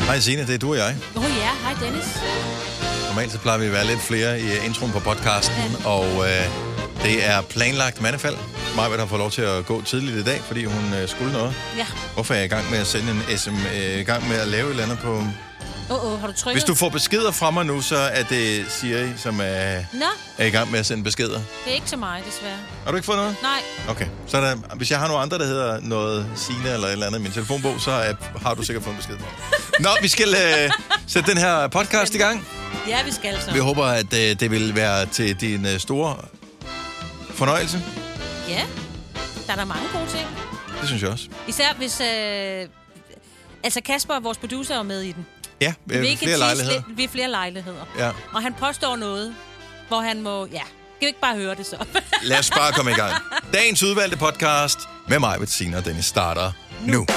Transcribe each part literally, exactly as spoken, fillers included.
Hej Signe, det er du og jeg. Åh oh, ja, hej Dennis. Normalt så plejer vi at være lidt flere i introen på podcasten, ja. og øh, det er planlagt mandefald. Majbert har fået lov til at gå tidligt i dag, fordi hun øh, skulle noget. Ja. Hvorfor er jeg i gang med at sende en sm, øh, i gang med at lave et eller andet på... Åh, oh, oh, har du trykket? Hvis du får beskeder fra mig nu, så er det Siri, som er, er i gang med at sende beskeder. Det er ikke til mig, desværre. Har du ikke fået noget? Nej. Okay. Så er der, hvis jeg har nogle andre, der hedder noget Signe eller et eller andet i min telefonbog, så er, har du sikkert fået en besked fra mig. Nå, vi skal øh, sætte den her podcast i gang. Ja, vi skal så. Vi håber, at øh, det vil være til din øh, store fornøjelse. Ja, der er der mange gode ting. Det synes jeg også. Især hvis... Øh, altså Kasper, vores producer, er med i den. Ja, øh, vi er flere lejligheder. Vi er flere lejligheder. Ja. Og han påstår noget, hvor han må... Ja, kan vi ikke bare høre det så? Lad os bare komme i gang. Dagens udvalgte podcast med mig, Bettina og Dennis starter nu. nu.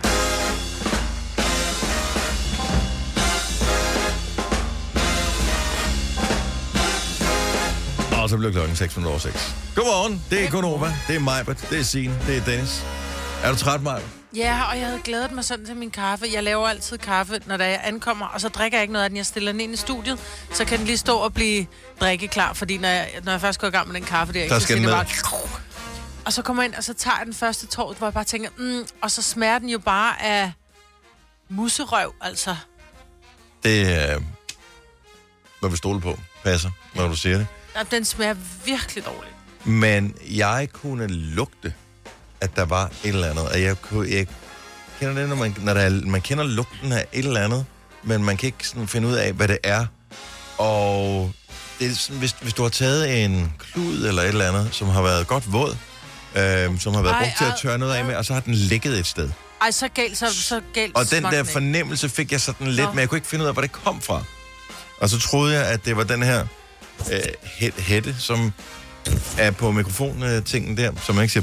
Og så bliver klokken seks minutter over seks. Godmorgen, det er Gunova, det er Majbert, det er Signe, det er Dennis. Er du træt, Majbert? Ja, og jeg havde glædet mig sådan til min kaffe. Jeg laver altid kaffe, når jeg ankommer, og så drikker jeg ikke noget af den. Jeg stiller den ind i studiet, så kan den lige stå og blive drikkeklar, fordi når jeg, når jeg først går i gang med den kaffe der, der så skal den det bare... Og så kommer jeg ind, og så tager jeg den første tår, hvor jeg bare tænker, mm, og så smager den jo bare af muserøv, altså. Det er, hvad vi stoler på, passer, når du siger det. Den smager virkelig dårligt. Men jeg kunne lugte, at der var et eller andet. Og jeg, kunne, jeg kender det, når, man, når der er, man kender lugten af et eller andet, men man kan ikke sådan finde ud af, hvad det er. Og det er sådan, hvis, hvis du har taget en klud eller et eller andet, som har været godt våd, øh, som har været Ej, brugt til at tørre noget af med, og så har den ligget et sted. Ej, så galt, så, så galt. Og den der fornemmelse fik jeg sådan lidt, Nå. men jeg kunne ikke finde ud af, hvor det kom fra. Og så troede jeg, at det var den her øh, hætte, som er på mikrofon-tingen der, som man ikke siger...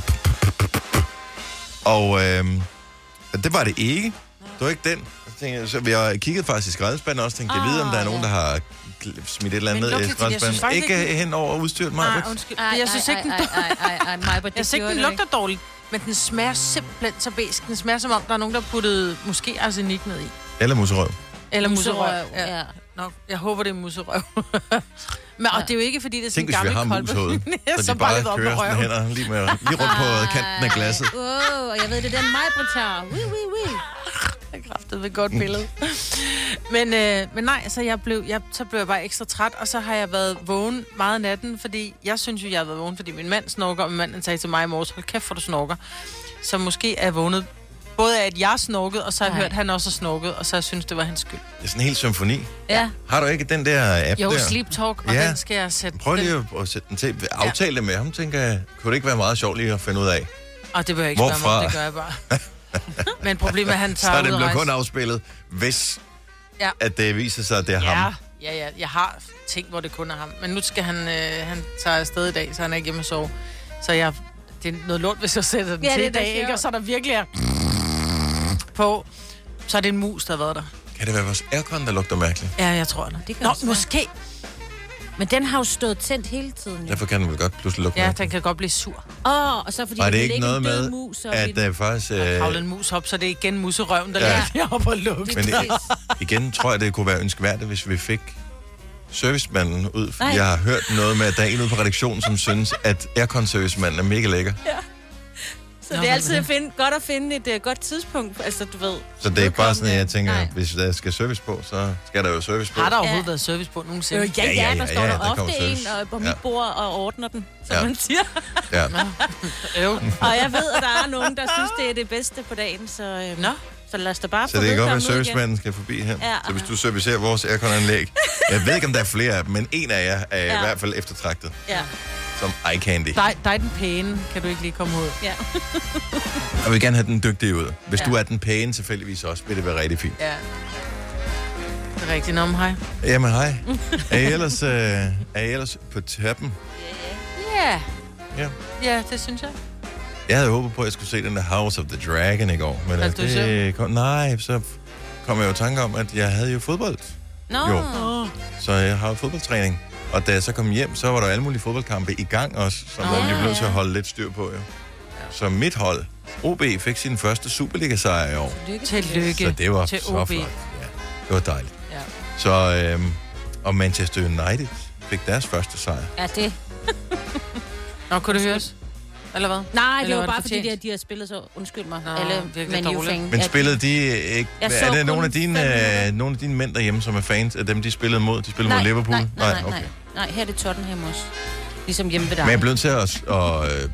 Og øh, det var det ikke. Det var ikke den. Så, tænkte, så vi har kigget faktisk i skraldespanden også, tænkte, jeg ved, om der er nogen, der har smidt et eller andet ned i skraldespanden. Ikke, ikke hen over udstyret, Maja. Nej, undskyld. Ej, jeg synes ikke, den, jeg synes ikke, den lugter dårligt. Men den smager simpelthen så bæsk. Den smager, som om der er nogen, der har puttet måske arsenik ned i. Eller muserøv. Eller muserøv, ja. ja. Nå, jeg håber, det er muserøv. Men, og det er jo ikke, fordi det er sådan en gammel kolbe. Tænk, hvis vi har mus så de bare, bare kører sådan hænder lige, med, lige rundt på kanten af glasset. Åh, oh, og jeg ved, det er den Majbert tager. Ui, ui, ui. Jeg kræftede ved et godt billede. men, øh, men nej, så, jeg blev, jeg, så blev jeg bare ekstra træt, og så har jeg været vågen meget natten, fordi jeg synes jo, jeg har været vågen, fordi min mand snorker, og min mand sagde til mig i morges, hold kæft, for du snorker. Så måske er jeg vågnet både af, at jeg snorkede, og så har jeg hørt, at han også har snorket, og så jeg synes, det var hans skyld. Det er sådan en hel symfoni. Ja. Har du ikke den der app jo, der? Jo, Sleep Talk, og ja. Den skal jeg sætte... Prøv lige at sætte den til. Aftale det med ham, tænker jeg. Kunne det ikke være meget sjovt lige at finde ud af? Og det bør jeg ikke spørge mig om, det gør jeg bare. Men problemet er, at han tager så ud det og bliver kun afspillet, hvis ja. At det viser sig, at det er ja. ham. Ja, ja, jeg har ting, hvor det kun er ham. Men nu skal han, øh, han tager afsted i dag, så han er ikke hjemme at sove. Så jeg, det er noget lort, hvis jeg sætter den ja, til i dag, ikke? Og så er der virkelig er på, så er det en mus, der har været der. Kan det være vores aircon, der lugter mærkeligt? Ja, jeg tror det. det kan Nå, måske. Men den har jo stået tændt hele tiden. Derfor kan den vel godt pludselig lugte Ja, mærkeligt. den kan godt blive sur. Åh, oh, og så fordi og det er ikke noget med, mus, at der faktisk... Øh... Der kravler en mus op, så det er igen muserøven, der ja. ligger op og lugter. Men det, igen tror jeg, det kunne være ønskværdigt, hvis vi fik servicemanden ud. Fordi jeg har hørt noget med, at der er en ude på redaktionen, som synes, at aircon-servicemanden er mega lækker. Ja. Så Nå, det er altid at finde, godt at finde et uh, godt tidspunkt, altså du ved. Så det er ikke bare sådan, at jeg tænker, nej. Hvis der skal service på, så skal der jo service på. Har der overhovedet ja. været service på nogensinde? Øh, ja, ja, ja, der står ja, ja, der, der ofte en og på mit ja. bord og ordner den, som ja. man siger. Ja. Og jeg ved, at der er nogen, der synes, det er det bedste på dagen, så... Øh, Nå. Så lad os da bare så det kan godt være, at servicemanden skal forbi her. Ja. Så hvis du servicerer vores aircon-anlæg, jeg ved ikke, om der er flere af dem, men en af jer er ja. i hvert fald eftertragtet. Ja. Som eye candy. Dig, dig den pæne, kan du ikke lige komme ud. Ja. Og jeg vil gerne have den dygtige ud. Hvis ja. du er den pæne, selvfølgelig også, vil det være rigtig fint. Ja. Det er rigtigt om, hej. Jamen, hej. Er I ellers, øh, er I ellers på toppen? Ja. Ja. Ja, det synes jeg. Jeg havde håbet på, at jeg skulle se den der House of the Dragon i går. Men altså, det kom, nej, så kom jeg jo i tanke om, at jeg havde jo fodbold. Nå. Jo. Oh. Så jeg har jo fodboldtræning. Og da jeg så kom hjem, så var der alle mulige fodboldkampe i gang også, som oh, vi blev nødt til at holde lidt styr på. Jo. Så mit hold, O B, fik sin første Superliga-sejr i år. Tillykke så det var til så O B. flot. Ja. Det var dejligt. Ja. Så, øhm, og Manchester United fik deres første sejr. Ja, det. Nå, kunne det høres? Eller hvad? Nej, det Eller var var bare det fordi, de, de har spillet så... Undskyld mig, Nå, alle virkelig Man dårligt. U-fans. Men spillede de ikke... Jeg Er så det kun nogle af, dine, fem minutter. øh, nogle af dine mænd derhjemme, som er fans af dem, de spillede mod? De spillede Nej, mod Liverpool? nej, nej, nej, okay. nej. Nej, her er det Tottenham også. Ligesom hjemme ved dig. Men jeg blev nødt til at... Og, øh,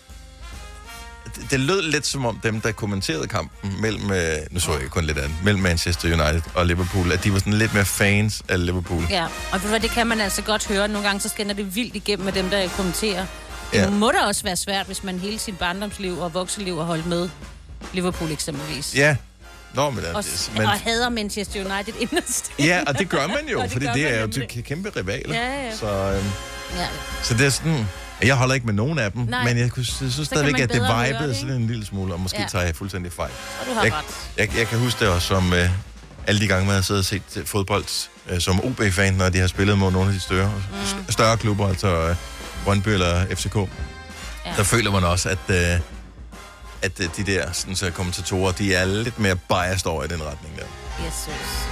det, det lød lidt som om dem, der kommenterede kampen mellem... Øh, nu så jeg kun lidt af den, mellem Manchester United og Liverpool, at de var sådan lidt mere fans af Liverpool. Ja, og ved du hvad, det kan man altså godt høre. Nogle gange så skinner det vildt igennem med dem, der kommenterer. Det Ja. må da også være svært, hvis man hele sit barndomsliv og voksenliv har holdt med Liverpool eksempelvis. Ja. Nå, men, Og, men, og hader Manchester United inderst. ja, og det gør man jo, Og det fordi gør det man er jo nemlig. de kæmpe rivaler. Ja, ja. Så, øhm, Ja. så det er sådan... Jeg holder ikke med nogen af dem, Nej. men jeg, kunne, jeg synes stadigvæk, man at det bedre høre vibede det, sådan en lille smule, og måske Ja. tager jeg fuldstændig fejl. Og du har Jeg, ret. jeg, jeg kan huske det også som øh, alle de gange, man har siddet og set øh, fodbold øh, som O B-fan, når de har spillet mod nogle af de større, mm. større klubber, altså øh, Brøndby eller F C K. Ja. Der føler man også, at, øh, at øh, de der sådan, så kommentatorer, de er lidt mere biased over i den retning der. Yes, yes.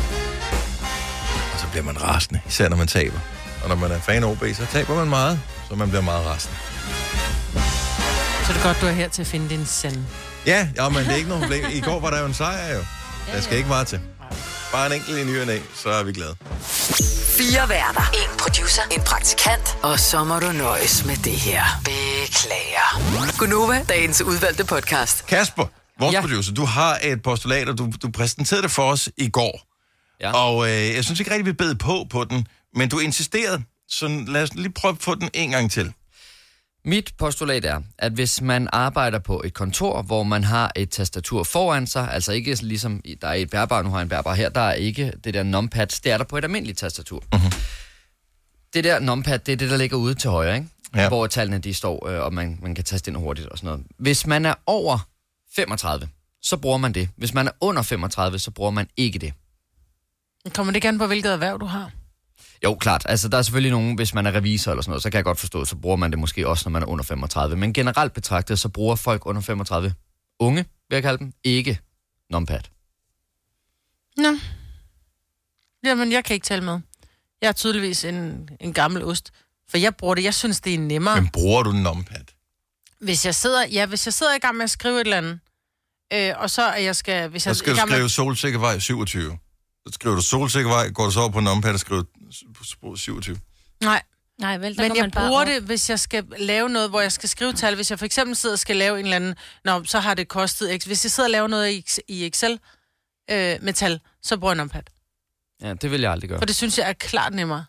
Og så bliver man rasende, især når man taber. Og når man er fan af O B, så taber man meget, så man bliver meget rasende. Så er det godt, du er her til at finde din send. Ja, ja, men det er ikke noget problem. I går var der jo en sejr jo. Jeg skal ikke meget til. Bare en enkelt i ny og næ, så er vi glade. Fire værter. En producer. En praktikant. Og så må du nøjes med det her. Beklager. Gunova, dagens udvalgte podcast. Kasper, vores ja. Ja. producer, du har et postulat, og du, du præsenterede det for os i går. Ja. Og øh, jeg synes ikke rigtig, vi bed på på den, men du insisterede, så lad os lige prøve at få den en gang til. Mit postulat er, at hvis man arbejder på et kontor, hvor man har et tastatur foran sig, altså ikke ligesom, der er et bærbar, nu har jeg en bærbar her, der er ikke det der numpad, det er der på et almindeligt tastatur. Uh-huh. Det der numpad, det er det, der ligger ude til højre, ikke? Ja. Hvor tallene de står, øh, og man, man kan taste ind hurtigt og sådan noget. Hvis man er over femogtredive, så bruger man det. Hvis man er under femogtredive, så bruger man ikke det. Kommer det gerne på, hvilket erhverv du har? Jo, klart. Altså, der er selvfølgelig nogen, hvis man er revisor eller sådan noget, så kan jeg godt forstå, så bruger man det måske også, når man er under femogtredive. Men generelt betragtet, så bruger folk under femogtredive, unge, vil jeg kalde dem, ikke numpad. Nå. Jamen, jeg kan ikke tale med. Jeg er tydeligvis en, en gammel ost. For jeg bruger det, jeg synes, det er nemmere. Men bruger du numpad? Hvis jeg sidder, ja, hvis jeg sidder i gang med at skrive et eller andet, øh, og så er jeg skal... Hvis Så jeg, skal i du gang med- skrive Solsikkevej syvogtyve. Så skriver du Solsikkevej, går du så over på numpad og skriver syvogtyve. Nej, Nej, vel, der men går jeg man bare bruger op. det, hvis jeg skal lave noget, hvor jeg skal skrive tal. Hvis jeg for eksempel sidder og skal lave en eller anden... Nå, så har det kostet... X. Hvis jeg sidder og laver noget i, i Excel øh, med tal, så bruger jeg numpad. Ja, det vil jeg aldrig gøre. For det synes jeg er klart nemmere.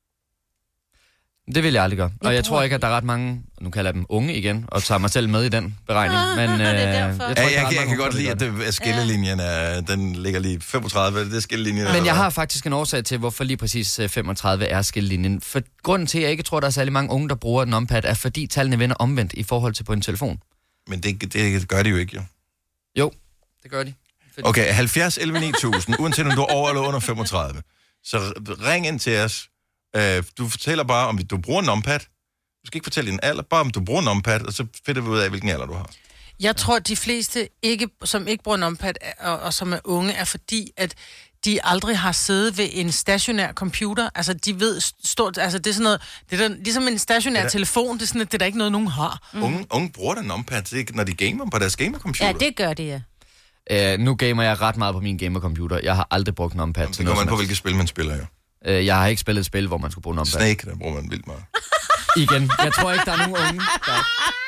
Det vil jeg aldrig gøre. Og Jeg jeg bruger tror ikke, at der er ret mange, nu kalder jeg dem unge igen, og tager mig selv med i den beregning. Men øh, det er jeg, derfor. tror Ja, ikke, jeg, der er ret jeg, jeg mange kan godt unge, lide, der at, gør det, at skillelinjen er, den ligger lige femogtredive, det er skillelinjen. Men jeg har faktisk en årsag til, hvorfor lige præcis øh, femogtredive er skillelinjen. For grunden til, at jeg ikke tror, at der er særlig mange unge, der bruger numpad, er fordi tallene vender omvendt i forhold til på en telefon. Men det, det gør de jo ikke, jo. Jo, det gør de. Fordi... Okay, halvfjerds elleve ni tusind, uanset om du er over eller under femogtredive. Så ring ind til os. Uh, du fortæller bare, om du bruger numpad. Du skal ikke fortælle din alder, bare om du bruger numpad, og så finder vi ud af, hvilken alder du har. Jeg tror, at de fleste, ikke, som ikke bruger numpad, og, og som er unge, er fordi, at de aldrig har siddet ved en stationær computer. Altså, de ved stort... Altså, det er sådan noget... Det er der, ligesom en stationær Ja, da- telefon, det er sådan, at det er der ikke noget, nogen har. Mm. Unge, unge bruger da numpad, det er, når de gamer på deres gamercomputer. Ja, det gør det, ja. Uh, nu gamer jeg ret meget på min gamercomputer. Jeg har aldrig brugt numpad Jamen, til det noget kommer an på, som hvilket spil man spiller, jo. helst. uh, Jeg har ikke spillet et spil, hvor man skulle bruge numpad. Snake, der bruger man vildt meget. Igen, jeg tror ikke, der er nogen unge, der...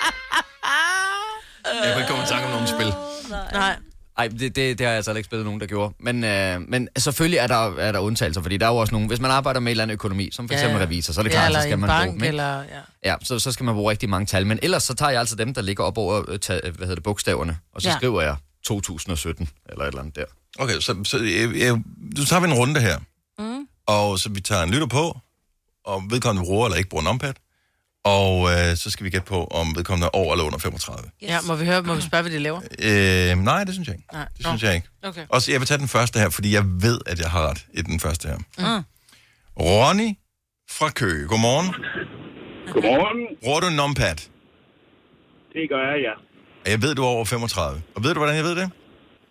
Jeg kan ikke komme i tanke om nogen spil. Nej. Ej, det, det, det har jeg altså ikke spillet nogen, der gjorde. Men, øh, men selvfølgelig er der, er der undtagelser, fordi der er jo også nogle... Hvis man arbejder med en eller anden økonomi, som for Ja, eksempel ja. revisor, så er det Ja, klart, eller så skal en man bank, bruge dem, ikke? eller... Ja. Ja, så, så skal man bruge rigtig mange tal. Men ellers så tager jeg altså dem, der ligger op over øh, ta, hvad hedder det, bogstaverne, og så Ja. ja. skriver jeg to tusind sytten, eller et eller andet der. Okay, så, så jeg, jeg, så tager vi en runde her. Mm. Og så vi tager en lytter på, om vedkommende bruger eller ikke bruger numpad. Og øh, så skal vi gætte på, om vedkommende er over eller under femogtredive. Yes. Ja, må vi høre, må vi spørge, hvad de laver? Øh, nej, det synes jeg ikke. Nej. Det synes jeg ikke. Okay. Også, jeg vil tage den første her, fordi jeg ved, at jeg har ret i den første her. Mm. Ronny fra Køge. Godmorgen. Godmorgen. Bruger du numpad? Det gør jeg, ja. Jeg ved, du er over femogtredive. Og ved du, hvordan jeg ved det?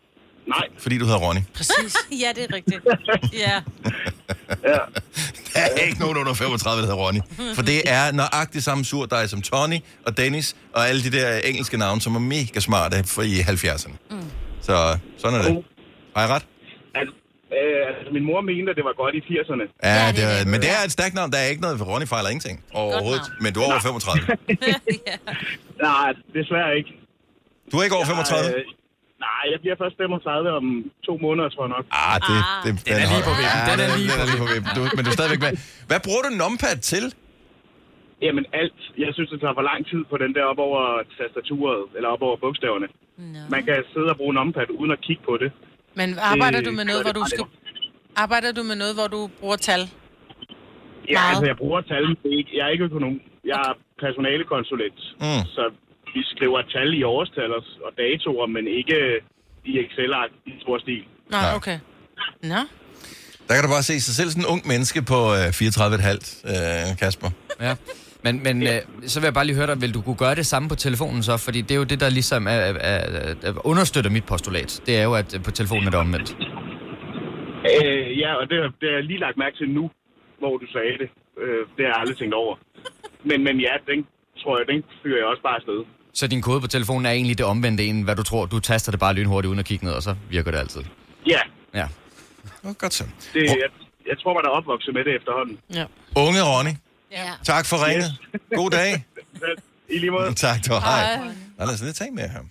Nej. Fordi du hedder Ronny. Præcis. Ja, det er rigtigt. Ja. Ja. Der er ikke nogen under femogtredive, der hedder Ronny. For det er nøjagtigt samme surdej som Tony og Dennis og alle de der engelske navne, som er mega smarte for i halvfjerdserne. Mm. Så sådan er det. Har jeg ret? Altså, øh, altså, min mor mente, at det var godt i firserne. Ja, Ja, det det er er, det. men det er et stærkt navn. Der er ikke noget, for Ronny fejler ingenting overhovedet. Men du er over femogtredive. Ja. Nej, desværre ikke. Du er ikke over femogtredive? Jeg, øh, nej, jeg bliver først femogtredive om to måneder, tror jeg nok. Ah, det, det, Den er lige på vippen. Ja, Den er lige den er lige på vippen. Du, men du er stadigvæk med. Hvad bruger du numpad til? Jamen alt. Jeg synes, det tager for lang tid på den der op over tastaturet, eller op over bogstaverne. No. Man kan sidde og bruge numpad uden at kigge på det. Men arbejder Det du med noget, gør hvor det du meget skal... Arbejder du med noget, hvor du bruger tal? Ja, Meget. altså jeg bruger tal. Jeg er ikke økonom. Jeg er personalekonsulent. Mm. Så vi skriver tal i årstal og datoer, men ikke i Excel-ark i stor stil. Nej, Nej. okay. Nå. Der kan du bare se sig selv sådan en ung menneske på øh, fireogtredive komma fem, øh, Kasper. Ja. Men, men øh, så vil jeg bare lige høre dig, vil du kunne gøre det samme på telefonen så? Fordi det er jo det, der ligesom er, er, er, er, understøtter mit postulat. Det er jo, at på telefonen er det omvendt. Øh, ja, og det, det har jeg lige lagt mærke til nu, hvor du sagde det. Øh, det har jeg aldrig tænkt over. Men, men ja, den tror jeg, den fyrer jeg også bare afsted. Så din kode på telefonen er egentlig det omvendte end, hvad du tror. Du taster det bare lynhurtigt uden at kigge ned, og så virker det altid. Ja, Ja. Oh, godt så. det, jeg, jeg tror, man er opvokset med det efterhånden. Ja. Unge Ronny, Ja. tak for ringet. God dag. I lige måde. Tak, du hej. Nå, lad os lige tage med her.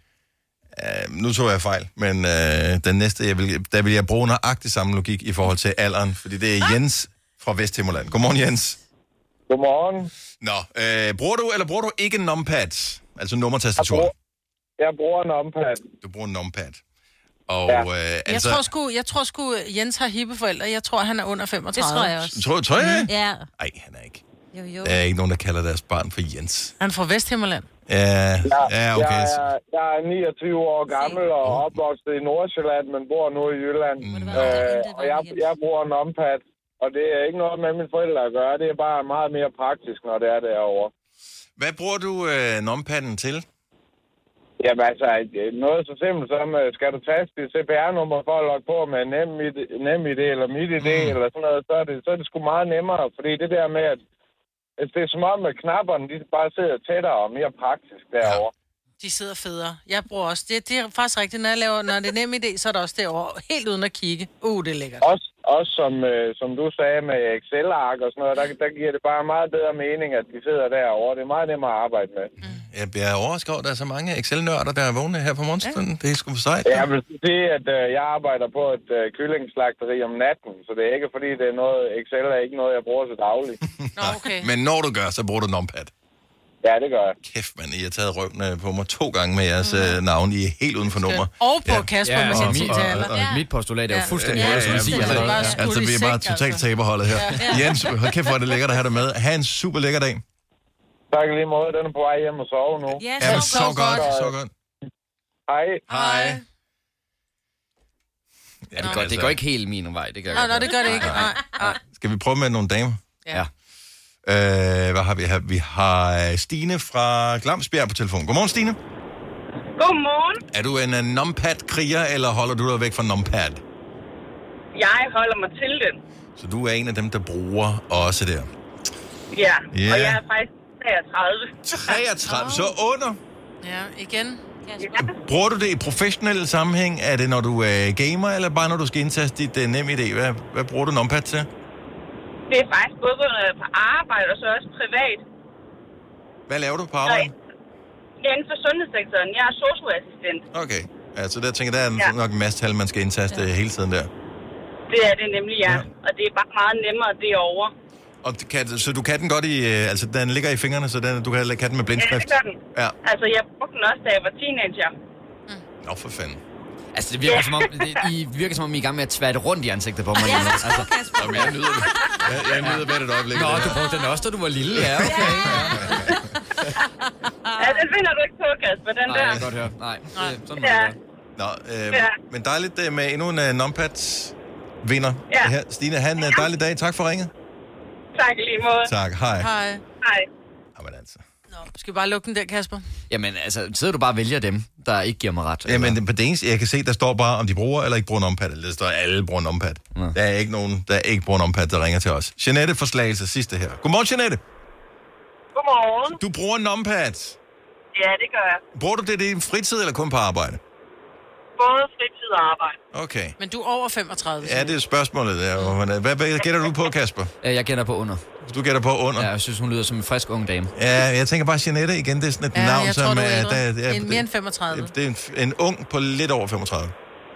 Uh, nu tog jeg fejl, men uh, den næste, jeg vil, der vil jeg bruge nøjagtig samme logik i forhold til alderen, fordi det er Jens fra Vesthimmerland. Godmorgen, Jens. Godmorgen. Nå, uh, bruger du eller bruger du ikke numpad? Altså nummertastatur? Jeg bruger, jeg bruger en numpad. Du bruger en numpad. Og Ja. uh, Jeg altså... tror sgu, jeg tror sgu, Jens har hippe forældre. Jeg tror, han er under femogtredive. Det tror jeg også. Tror, tror jeg? Ja. Nej, han er ikke. Jo, jo. Der er ikke nogen, der kalder deres barn for Jens. Han er fra Vesthimmerland. Ja, ja okay. Jeg er, jeg er niogtyve år gammel og opvokset i Nordsjælland, men bor nu i Jylland. Må det Mm. være, Øh, det og var jeg, Jens. jeg bruger en numpad, og det er ikke noget med mine forældre at gøre. Det er bare meget mere praktisk, når det er derovre. Hvad bruger du øh, numpadden til? Jamen altså, noget så simpelt som, øh, skal du taste dit C P R-nummer for at logge på med nem NemID eller MitID mm. eller sådan noget, så er, det, så er det sgu meget nemmere. Fordi det der med, at altså, det er som om, at knapperne de bare sidder tættere og mere praktisk derovre. De sidder federe. Jeg bruger også. Det, det er faktisk rigtigt. Når jeg laver, når det er nem idé, så er det også derovre. Helt uden at kigge. Uh, det er lækkert. Også, også som, øh, som du sagde med Excel-ark og sådan noget, der, der giver det bare meget bedre mening, at de sidder derovre. Det er meget nemmere at arbejde med. Mm. Jeg bliver overrasket over, at der er så mange Excel-nørder, der er vågne her på morgenstunden. Ja. Det er sgu for sejt. Jeg vil sige, at øh, jeg arbejder på et øh, kyllingslagteri om natten, så det er ikke fordi, det er noget, Excel er ikke noget, jeg bruger til daglig. Nå, okay. Men når du gør, så bruger du numpad. Ja, det gør jeg. Kæft, man, I har taget røven øh, på mig to gange med jeres øh, navn. I er helt uden for nummer. Og på Ja. Kasper med sin ti taler. og, og, og mit postulat er jo Ja. fuldstændig Ja, ja, som ja, du siger. ja, ja. allerede. Bare Ja. skudt Altså, i vi er bare seng, totalt altså. taberholdet her. Jens, hold kæft, hvor er det lækkert at have dig med. Ha' en super lækker dag. Tak i lige måde. Den er på vej hjem og sove nu. Ja, Ja, men så, så så godt, godt. så godt. Hej. Hej. Ja, det, går, det går ikke helt min vej. Det gør Nej, nej, det gør det ikke. Nej, nej. Skal vi prøve med nogle damer? Ja. Øh, hvad har vi her? Vi har øh, Stine fra Glamsbjerg på telefon. Godmorgen, Stine. Godmorgen. Er du en uh, numpad-kriger, eller holder du dig væk fra numpad? Jeg holder mig til den. Så du er en af dem, der bruger også der. Ja, Ja. og jeg er faktisk treogtredive. treogtredive, så under. Ja, igen. Ja. Bruger du det i professionel sammenhæng? Er det, når du er gamer, eller bare når du skal indtaste dit uh, NemID? Hvad, hvad bruger du numpad til? Det er faktisk både på arbejde og så også privat. Hvad laver du på arbejde? Jeg er inden for sundhedssektoren. Jeg er sosu-assistent. Okay. Altså, der tænker jeg, der er Ja. nok en masse tal, man skal indtaste ja. hele tiden der. Det er det nemlig, ja. Ja. Og det er bare meget nemmere derovre. Og kan, så du kan den godt i... øh, Altså, den ligger i fingrene, så den, du kan, kan den med Ja, blindskrift? det gør den. Ja. Altså, jeg brugte den også, da jeg var teenager. Nå, for fanden. Altså, det virker, som om, det, I virker som om, I er i gang med at tværte rundt i ansigtet på mig. Ja, lige nu. Altså, Jamen, jeg nyder det. Jeg, jeg nyder hvert et øjeblik. Nå, af det du her. brugte den også, da du var lille. Ja, okay. Ja, den finder du ikke på, Kasper, den Nej, der. jeg kan godt høre. Nej, det, sådan må Ja. det være. Nå, øh, Ja. men dejligt øh, med endnu en uh, numpad-vinder. Ja. Her. Stine, have en uh, dejlig dag. Tak for ringet. Tak i lige måde. Tak, hej. Hej. Hej. Jamen altså. Nå, skal vi bare lukke den der, Kasper? Jamen, altså, sidder du bare og vælger dem, der ikke giver mig ret. Jamen, på det eneste, jeg kan se, der står bare, om de bruger eller ikke bruger numpad. Der står, alle bruger numpad. Ja. Der er ikke nogen, der ikke bruger numpad, der ringer til os. Jeanette fra Slagelse, sidste her. Godmorgen, Jeanette. Godmorgen. Du bruger numpad. Ja, det gør jeg. Bruger du det i din fritid eller kun på arbejde? Både fritid og arbejde. Okay. Men du er over femogtredive. Ja, det er spørgsmålet. Der. Hvad, hvad gætter du på, Kasper? Jeg gætter på under. Du gætter på under? Ja, jeg synes, hun lyder som en frisk ung dame. Ja, jeg tænker bare Jeanette igen. Det er sådan et ja, navn, jeg som tror, du er, er... Der, der, en mere end femogtredive. Det er en, en ung på lidt over femogtredive.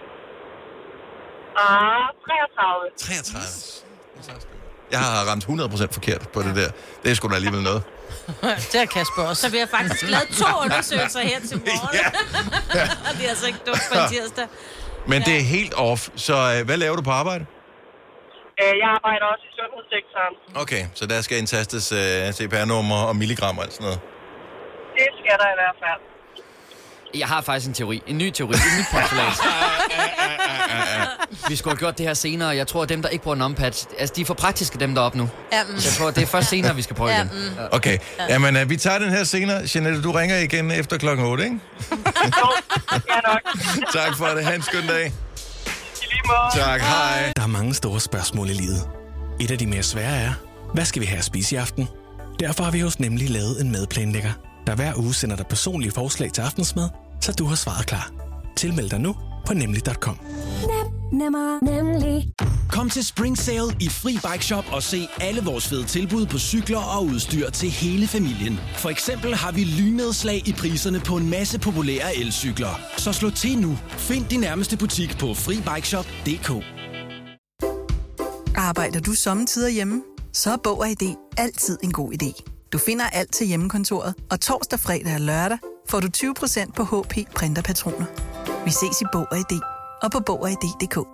Ah, treogtredive. treogtredive. Jeg har ramt hundrede procent forkert på det der. Det er sgu da alligevel noget. Det er Kasper også. Så vi har faktisk lavet to undersøgelser her til morgen. Ja. Og det er altså ikke dumt på en tirsdag. Men ja. Det er helt off. Så øh, hvad laver du på arbejde? Jeg arbejder også i sundhedssektoren. Okay, så der skal indtastes øh, C P R-nummer og milligram og alt sådan noget? Det skal der i hvert fald. Jeg har faktisk en teori. En ny teori. En ny postulat. Vi skulle have gjort det her senere. Jeg tror, at dem, der ikke bruger numpad, altså de er for praktiske, dem deroppe nu. Ja, mm. Jeg tror, det er først senere, vi skal prøve igen. Mm. Okay, jamen øh, vi tager den her senere. Jeanette, du ringer igen efter klokken otte, ikke? Ja, nok. Tak for det. Ha' en skøn dag. I lige måde. Tak, hej. Der er mange store spørgsmål i livet. Et af de mere svære er, hvad skal vi have at spise i aften? Derfor har vi hos Nemlig lavet en madplanlægger, der hver uge sender dig personlige forslag til aftensmad, så du har svaret klar. Tilmeld dig nu på nemlig punktum com. Nem, nemmer, nemlig. Kom til Spring Sale i Fri Bike Shop og se alle vores fede tilbud på cykler og udstyr til hele familien. For eksempel har vi lynedslag i priserne på en masse populære elcykler. Så slå til nu. Find din nærmeste butik på fri bike shop punktum d k. Arbejder du sommetider hjemme? Så er Bog og I D altid en god idé. Du finder alt til hjemmekontoret, og torsdag, fredag og lørdag får du tyve procent på H P printerpatroner. Vi ses i Bog og I D og på bog og i d punktum d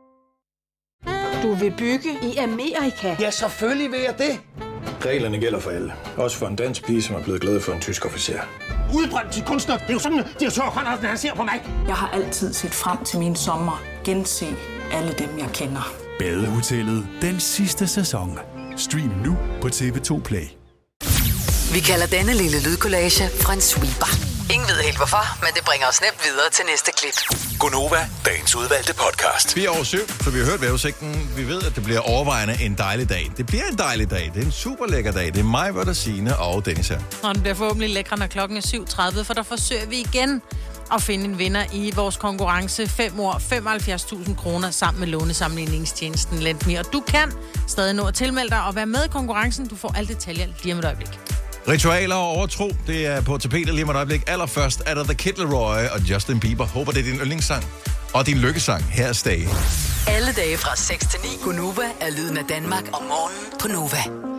k. Du vil bygge i Amerika? Ja, selvfølgelig vil jeg det. Reglerne gælder for alle. Også for en dansk pige, som er blevet glad for en tysk officer. Udbrændt til kunstner. Det er jo sådan, at de har tørt, han ser på mig. Jeg har altid set frem til min sommer. Gense alle dem, jeg kender. Badehotellet den sidste sæson. Stream nu på T V to Play. Vi kalder denne lille lydkollage en sweeper. Ingen ved helt hvorfor, men det bringer os nemt videre til næste klip. Gonova, dagens udvalgte podcast. Vi er over syv, så vi har hørt vejrudsigten. Vi ved, at det bliver overvejende en dejlig dag. Det bliver en dejlig dag. Det er en super lækker dag. Det er mig, hvor der Signe og Dennis her. Og den bliver forhåbentlig lækker, når klokken er syv tredive, for der forsøger vi igen at finde en vinder i vores konkurrence. fem år, femoghalvfjerds tusind kroner sammen med lånesamligningstjenesten LendMe. Og du kan stadig nå at tilmelde dig og være med i konkurrencen. Du får alle detaljer lige om et øjeblik. Ritualer og overtro, det er på tapetet lige om et øjeblik. Allerførst er der The Kid Laroi og Justin Bieber. Håber, det er din yndlingssang. Og din lykkesang. Her er Stay. Alle dage fra seks til ni. Gonova er lyden af Danmark om morgenen på Nova.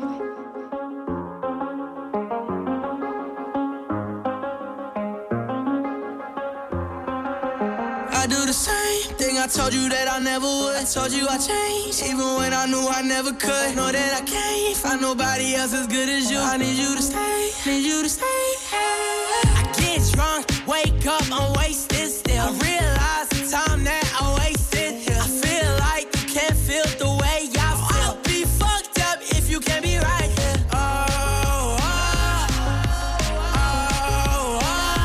I do the same thing I told you that I never would. I told you I changed, even when I knew I never could. Know that I can't find nobody else as good as you. I need you to stay, need you to stay. I get drunk, wake up, I'm wasted still. I realize the time that I wasted here. I feel like you can't feel the way I feel. I'll be fucked up if you can't be right here. Oh, oh, oh, oh,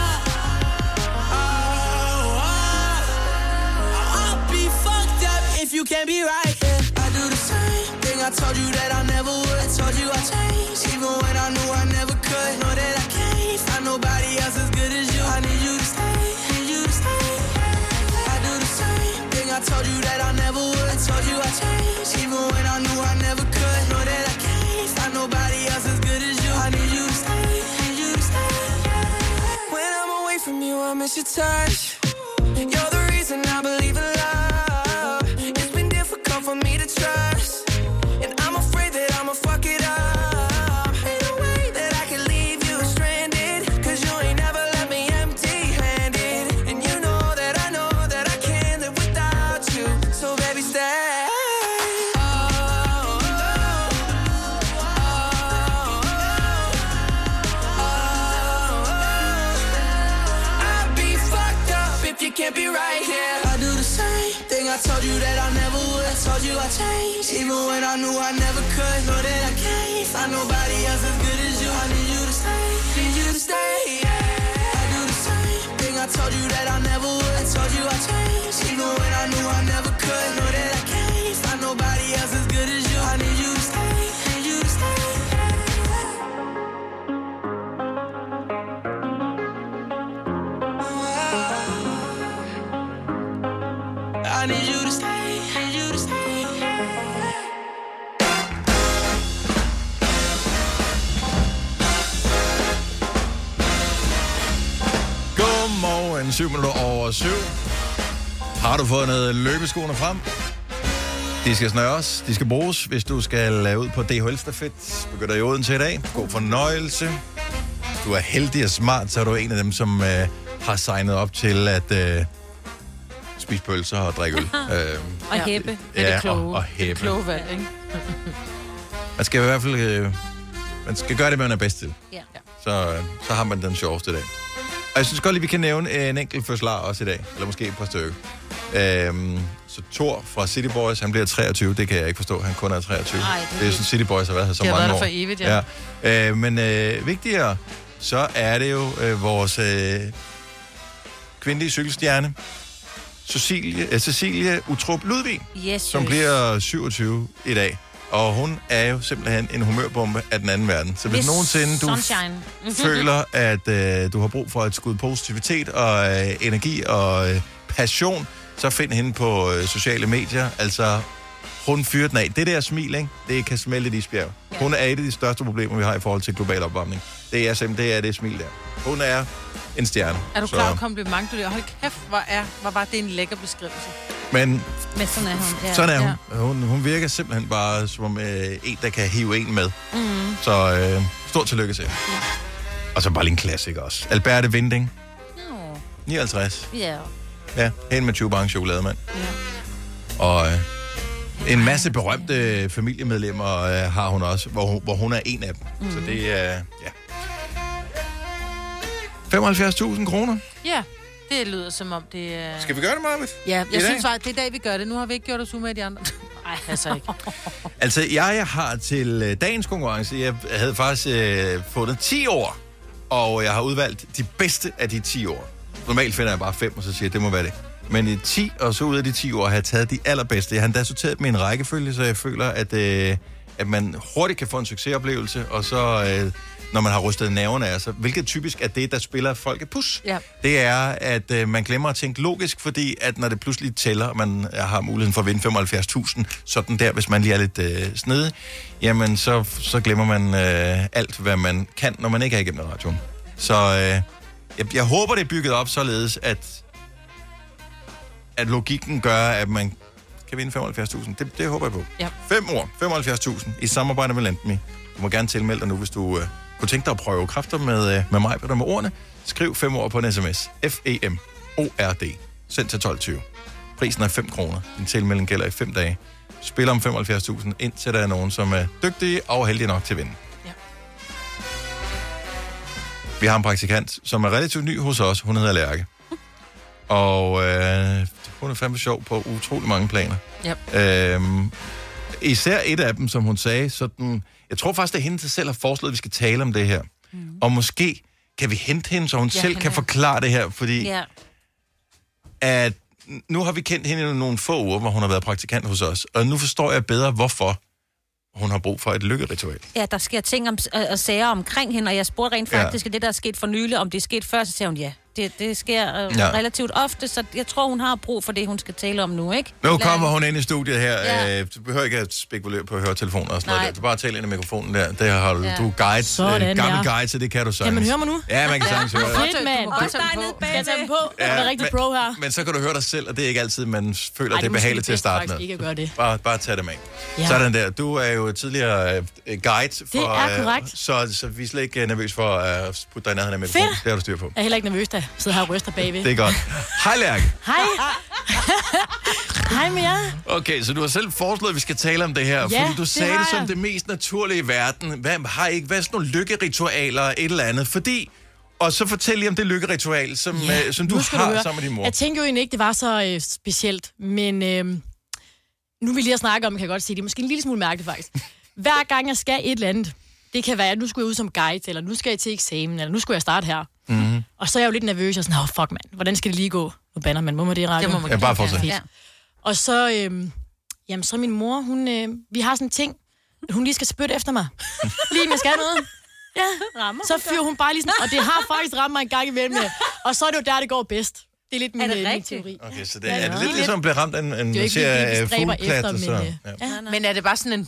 oh, oh. I'll be fucked up if you can't be right here. I do the same thing I told you that I never would. I told you I changed, even when I knew I never could. Know that I can't find nobody else as good as you. I need you to stay, need you to stay. I do the same thing I told you that I never would. I told you I changed, even when I knew I never could. Know that I can't find nobody else as good as you. I need you to stay, need you to stay. When I'm away from you, I miss your touch. You're the reason I believe in love. It's been difficult for me to trust, and I'm afraid that I'ma fuck it up. Ain't no way that I can leave you stranded, cause you ain't never left me empty-handed. And you know that I know that I can't live without you. So baby, stay. Oh, oh, oh, oh, oh. I'd be fucked up if you can't be right here. I do the same thing I told you that I never would. I told you I changed, even when I knew I never could. Know that I can't find nobody else as good as you. I need you to stay, need you to stay. I do the same thing I told you that I never would. I told you I changed, even when I knew I never could. Know that I can't find nobody else as good as you. I need you to stay, need you to stay. I need you to stay, need you to stay. Godmorgen, syv minutter over syv. Har du fundet løbeskoene frem? De skal snøres, de skal bruges, hvis du skal ud på D H L-stafet. Begynder i Odense i dag. God fornøjelse. Du er heldig og smart, så er du en af dem, som øh, har signet op til at øh, spise pølser og drikke øl. øh, og hæppe. Ja, og, og hæppe. Kloge valg, ikke? Man skal i hvert fald øh, man skal gøre det, man er bedst til. Ja. Så, øh, så har man den sjoveste dag. Og jeg synes godt lige, vi kan nævne en enkelt fødselar også i dag. Eller måske et par stykker. Øhm, så Thor fra City Boys, han bliver treogtyve. Det kan jeg ikke forstå, han kun er treogtyve. Ej, det, det er sådan, City Boys har været her så mange år. Det har været der for evigt, ja. ja. Øh, men øh, vigtigere, så er det jo øh, vores øh, kvindelige cykelstjerne, Cecilie, øh, Cecilie Utrup Ludvig, yes, som bliver syvogtyve i dag. Og hun er jo simpelthen en humørbombe af den anden verden. Så hvis Miss nogensinde du Sunshine. føler, at øh, du har brug for et skud positivitet og øh, energi og øh, passion, så find hende på øh, sociale medier. Altså, hun fyrer den af. Det der smil, ikke? Det kan smelte et isbjerg. Ja. Hun er et af de største problemer, vi har i forhold til global opvarmning. Det er simpelthen det, er det smil der. Hun er en stjerne. Er du så. klar over kompliment, du der? Hold kæft, hvor, er, hvor var det en lækker beskrivelse. Men, Men sådan er hun. Ja. sådan er hun. Ja. hun. Hun virker simpelthen bare som øh, en, der kan hive en med. Mm. Så øh, stort tillykke til. Ja. Og så bare lige en klassiker også. Alberte Winding. No. nioghalvtreds. Ja. Ja, hende med tyve bange chokolademand. Ja. Og øh, en masse berømte familiemedlemmer øh, har hun også, hvor hun, hvor hun er en af dem. Mm. Så det er, øh, ja. femoghalvfjerds tusind kroner. Ja, det lyder som om det er... Skal vi gøre det, Marvitt? Ja, jeg I dag? synes faktisk, det er i dag, vi gør det. Nu har vi ikke gjort os umage med de andre. Nej, altså ikke. Altså, jeg har til øh, dagens konkurrence, jeg havde faktisk øh, fundet ti år, og jeg har udvalgt de bedste af de ti år. Normalt finder jeg bare fem, og så siger jeg, det må være det. Men i ti, og så ud af de ti år, har jeg taget de allerbedste. Jeg har endda sorteret dem i en rækkefølge, så jeg føler, at, øh, at man hurtigt kan få en succesoplevelse, og så, øh, når man har rystet nerverne af sig, hvilket typisk er det, der spiller folk et pus. Ja. Det er, at øh, man glemmer at tænke logisk, fordi at når det pludselig tæller, og man har muligheden for at vinde femoghalvfjerds tusind, sådan der, hvis man lige er lidt øh, snedig, jamen så, så glemmer man øh, alt, hvad man kan, når man ikke er igennem radioen. Så øh, jeg, jeg håber, det er bygget op således, at at logikken gør, at man kan vinde femoghalvfjerds tusind. Det, det håber jeg på. Ja. Fem år, femoghalvfjerds tusind i samarbejde med Lendme. Du må gerne tilmelde dig nu, hvis du uh, kunne tænke dig at prøve kræfter med, uh, med mig på med ordene. Skriv fem år på en sms. F E M O R D. Send til tolv tyve. Prisen er fem kroner. Din tilmelding gælder i fem dage. Spil om femoghalvfjerds tusind, indtil der er nogen, som er dygtige og heldige nok til at vinde. Ja. Vi har en praktikant, som er relativt ny hos os. Hun hedder Lærke. Og øh, hun er fandme sjov på utrolig mange planer. Yep. Øhm, især et af dem, som hun sagde, sådan, jeg tror faktisk, det er hende, der selv har foreslået, at vi skal tale om det her. Mm. Og måske kan vi hente hende, så hun ja, selv kan er. forklare det her, fordi Ja. at nu har vi kendt hende i nogle få uger, hvor hun har været praktikant hos os, og nu forstår jeg bedre, hvorfor hun har brug for et lykkeritual. Ja, der sker ting om, og, og sager omkring hende, og jeg spurgte rent faktisk, ja. at det, der er sket for nylig, om det er sket før, så siger hun ja. Det, det sker øh, Ja. ja. relativt ofte, så jeg tror, hun har brug for det, hun skal tale om nu, ikke? Nu kommer hun ind i studiet her. Ja. Øh, du behøver ikke at spekulere på høretelefoner og sådan Nej. noget der. Du bare taler ind i mikrofonen der. Det har du, Ja. du er guide, Sådan, øh, gammel ja. guide, så det kan du sagtens. Jamen, hører man nu? Ja, man kan sagtens høre det. Fedt, mand. Også dig nede Skal jeg tage dem på? Ja, Ja, er rigtig men- pro her. Men så kan du høre dig selv, og det er ikke altid, man føler, Ej, det er det er måske behageligt til at bedst starte faktisk med. ikke at gøre det. Bare, bare tag dem af. Ja. Ja. Sådan der. Du er jo tidligere øh, guide. For, er øh, korrekt. så, så vi er slet ikke nervøs for at øh, putte dig i nærheden af mikrofonen. Fedt. Det har du styr på. Jeg er heller ikke nervøs, da jeg sidder her og ryster bagved. Det er godt. Hej, Lærke. Hej. Hej med jer. Okay, så du har selv foreslået, at vi skal tale om det her, Ja, fordi du det sagde har det som jeg. det mest naturlige i verden. Hvad, har I ikke hvad er sådan nogle lykkeritualer et eller andet? Fordi, og så fortæl lige om det lykkeritual, som, Ja, øh, som du nu skal har høre. sammen med din mor. Jeg tænker jo egentlig ikke, det var så øh, specielt, men øh, nu vil jeg snakke om, kan jeg godt sige, det er måske en lille smule mærkeligt faktisk. Hver gang jeg skal et eller andet, det kan være, at nu skulle jeg ud som guide, eller nu skal jeg til eksamen, eller nu skulle jeg starte her. Mm-hmm. Og så er jeg jo lidt nervøs, og sådan, åh, oh, fuck, mand, hvordan skal det lige gå? Nu banner man, må man det i radio? Det må man ja, bare fortsæt. Ja. Og så, øhm, jamen, så min mor, hun, øh, vi har sådan en ting, hun lige skal spytte efter mig. Lige, jeg skal noget. Ja, rammer så fyrer hun bare lige sådan, og det har faktisk ramt mig en gang imellem. Ja. Og så er det jo der, det går bedst. Det er lidt min, er min teori. Okay, så det er, ja, er det lidt ligesom at blive ramt af en, en serie fugleklat, men, så... Ja. Ja. Men er det bare sådan en...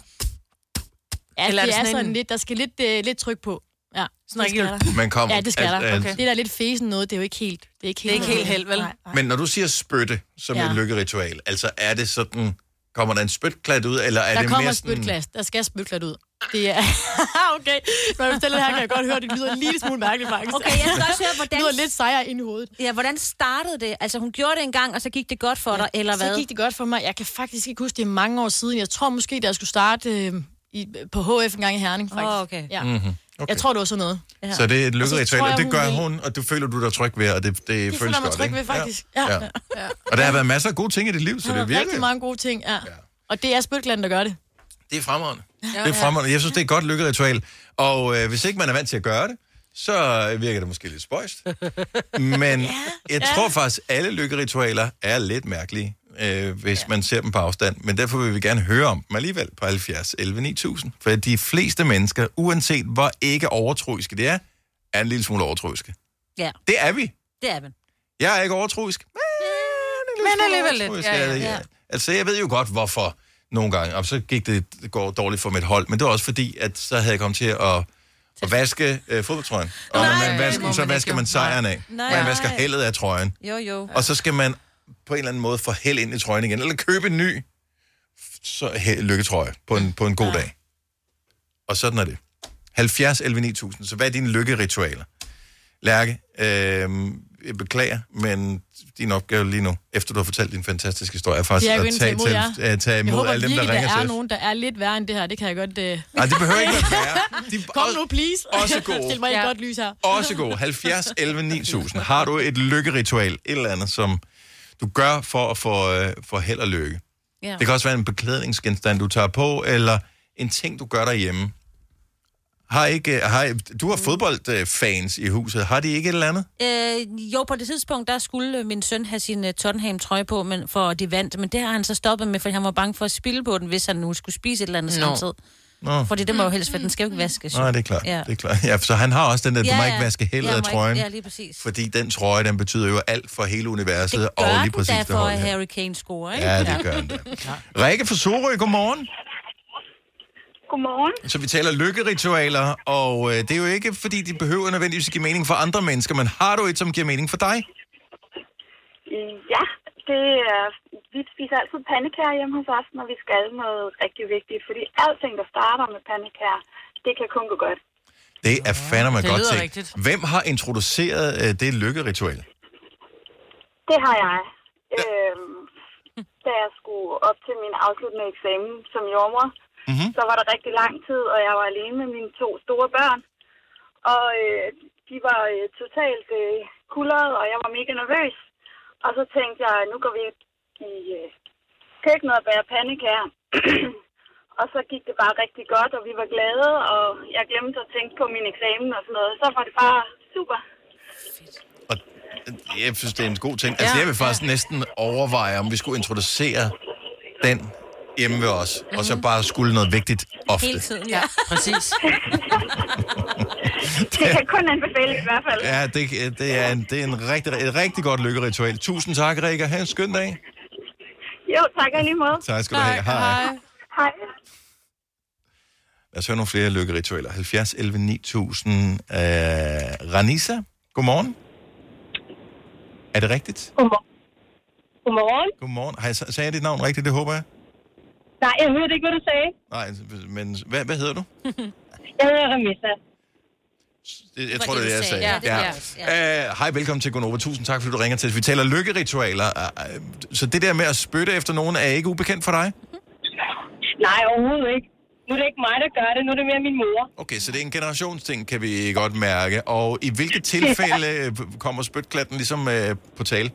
Ja, Eller det er er det sådan sådan en... lidt, der skal lidt, uh, lidt tryk på. Ja, sådan rigtig... Man kommer, ja, det skal al, der. al, Okay. Det der er lidt fesen noget, det er jo ikke helt... Det er ikke helt, det er ikke helt held, vel? Nej. Men når du siger spytte som ja. et lykkeritual, altså er det sådan... Kommer der en spytklat ud, eller er der det kommer mere sådan... Der kommer spytklat. Der skal spytklat ud. Det er... okay. Når du stiller det her, kan jeg godt høre, det lyder en lille smule mærkeligt, faktisk. Okay, jeg skal også høre, hvordan... Det lyder lidt sejere ind i hovedet. Ja, hvordan startede det? Altså, hun gjorde det en gang, og så gik det godt for dig, ja, eller hvad? Så gik det godt for mig. Jeg kan faktisk ikke huske, det er mange år siden. Jeg tror måske, da jeg skulle starte øh, i, på H F en gang i Herning, faktisk. Åh, oh, okay. Ja. Mm-hmm. Okay. Jeg tror, det var sådan noget. Ja. Så det er et lykkeritual, og, og det gør hun, hun, og det føler du dig tryg ved, og det, det, det føles godt, tryg ved, faktisk. Ja. Ja. Ja. Og der har været masser af gode ting i dit liv, så ja, det er virkelig... rigtig mange gode ting, ja. ja. Og det er spytklanten, der gør det. Det er fremragende. Ja, det er fremragende. Jeg synes, det er et godt lykkeritual. Og øh, hvis ikke man er vant til at gøre det, så virker det måske lidt spøjst. Men ja, jeg ja. tror faktisk, at alle lykkeritualer er lidt mærkelige, øh, hvis ja. man ser dem på afstand. Men derfor vil vi gerne høre om dem alligevel på halvfjerds elleve ni tusind. For de fleste mennesker, uanset hvor ikke overtroiske det er, er en lille smule overtroiske. Ja. Det er vi. Det er vi. Jeg er ikke overtroisk. Men, men alligevel lidt. Ja, ja, ja. Altså, jeg ved jo godt, hvorfor nogle gange. Og så gik det, det går dårligt for mit hold. Men det var også fordi, at så havde jeg kommet til at, at vaske øh, fodboldtrøjen. Og når man vasker, så vasker man sejren af. Nej. Man vasker heldet af trøjen. Jo, jo. Og så skal man på en eller anden måde få held ind i trøjen igen. Eller købe en ny så, he, lykketrøje på en, på en god ja. dag. Og sådan er det. halvfjerds elleve ni tusind. Så hvad er dine lykkeritualer? Lærke, øh, jeg beklager, men din opgave lige nu, efter du har fortalt din fantastiske historie, er faktisk at tage, til, at tage imod håber, alle dem, der ringer til os. Jeg håber der er nogen, der er lidt værre end det her. Det kan jeg godt... Uh... Nej, det behøver ikke være værre. De Kom nu, please. Også gode. Stil mig i ja. godt lys her. Også gode. halvfjerds elleve ni tusind. Har du et lykkeritual, et eller andet, som du gør for at få, uh, få held og lykke? Ja. Det kan også være en beklædningsgenstand, du tager på, eller en ting, du gør derhjemme. Har ikke, har, du har fodboldfans i huset. Har de ikke et eller andet? Øh, jo, på det tidspunkt, der skulle min søn have sin uh, Tottenham-trøje på, men, for de vandt. Men det har han så stoppet med, for han var bange for at spille på den, hvis han nu skulle spise et eller andet no. samtidig. No. Fordi det må jo helst, for den skal jo ikke vaskes. Nej, det er klart. Ja. Det er klart. Ja, så han har også den der, du ja, må ikke vaske heldet af trøjen. Ja, lige præcis. Fordi den trøje, den betyder jo alt for hele universet. Det gør og lige præcis den derfor, at Harry Kane scorer, ikke? Ja, det gør han da. Rikke fra Sorø, godmorgen. Godmorgen. Så vi taler lykkeritualer, og øh, det er jo ikke, fordi de behøver nødvendigvis at give mening for andre mennesker, men har du et, som giver mening for dig? Ja, det er, vi spiser altid pandekager hjemme hos os, når vi skal noget rigtig vigtigt, fordi alting, der starter med pandekager, det kan kun gå godt. Det er fandme det godt ting. Rigtigt. Hvem har introduceret øh, det lykkeritual? Det har jeg. Ja. Øhm, da jeg skulle op til min afsluttende eksamen som jordmor, mm-hmm. så var der rigtig lang tid, og jeg var alene med mine to store børn. Og øh, de var øh, totalt øh, kuldrede, og jeg var mega nervøs. Og så tænkte jeg, nu går vi i øh, køkkenet og bager pandekager. Og så gik det bare rigtig godt, og vi var glade, og jeg glemte at tænke på min eksamen og sådan noget. Så var det bare super. Og jeg synes, det er en god ting. Altså, jeg vil faktisk næsten overveje, om vi skulle introducere den hjemme ved os, mm-hmm. og så bare skulle noget vigtigt ofte. Hele tiden, ja. Præcis. Det kan kun anbefales i hvert fald. Ja, det, det er, en, det er en rigtig, et rigtig godt lykkeritual. Tusind tak, Rikke. Ha' en skøn dag. Jo, tak og lige måde. Tak skal du have. Hej. Hej. Hej. Lad os høre nogle flere lykkeritualer. halvfjerds elleve ni tusind. Uh, Ranisa, godmorgen. Er det rigtigt? Godmorgen. Godmorgen. Godmorgen. Har jeg, sagde jeg dit navn rigtigt? Det håber jeg. Nej, jeg hørte ikke, hvad du sagde. Nej, men hvad, hvad hedder du? Jeg hedder Ramissa. Jeg, jeg tror, det er det, jeg sagde. Ja, det ja. ja. Uh, hej, velkommen til Gonova. Tusind tak, fordi du ringer til os. Vi taler lykkeritualer. Uh, så det der med at spytte efter nogen er ikke ubekendt for dig? Nej, overhovedet ikke. Nu er det ikke mig, der gør det. Nu er det mere min mor. Okay, så det er en generationsting, kan vi godt mærke. Og i hvilke tilfælde kommer spytklatten ligesom uh, på tale?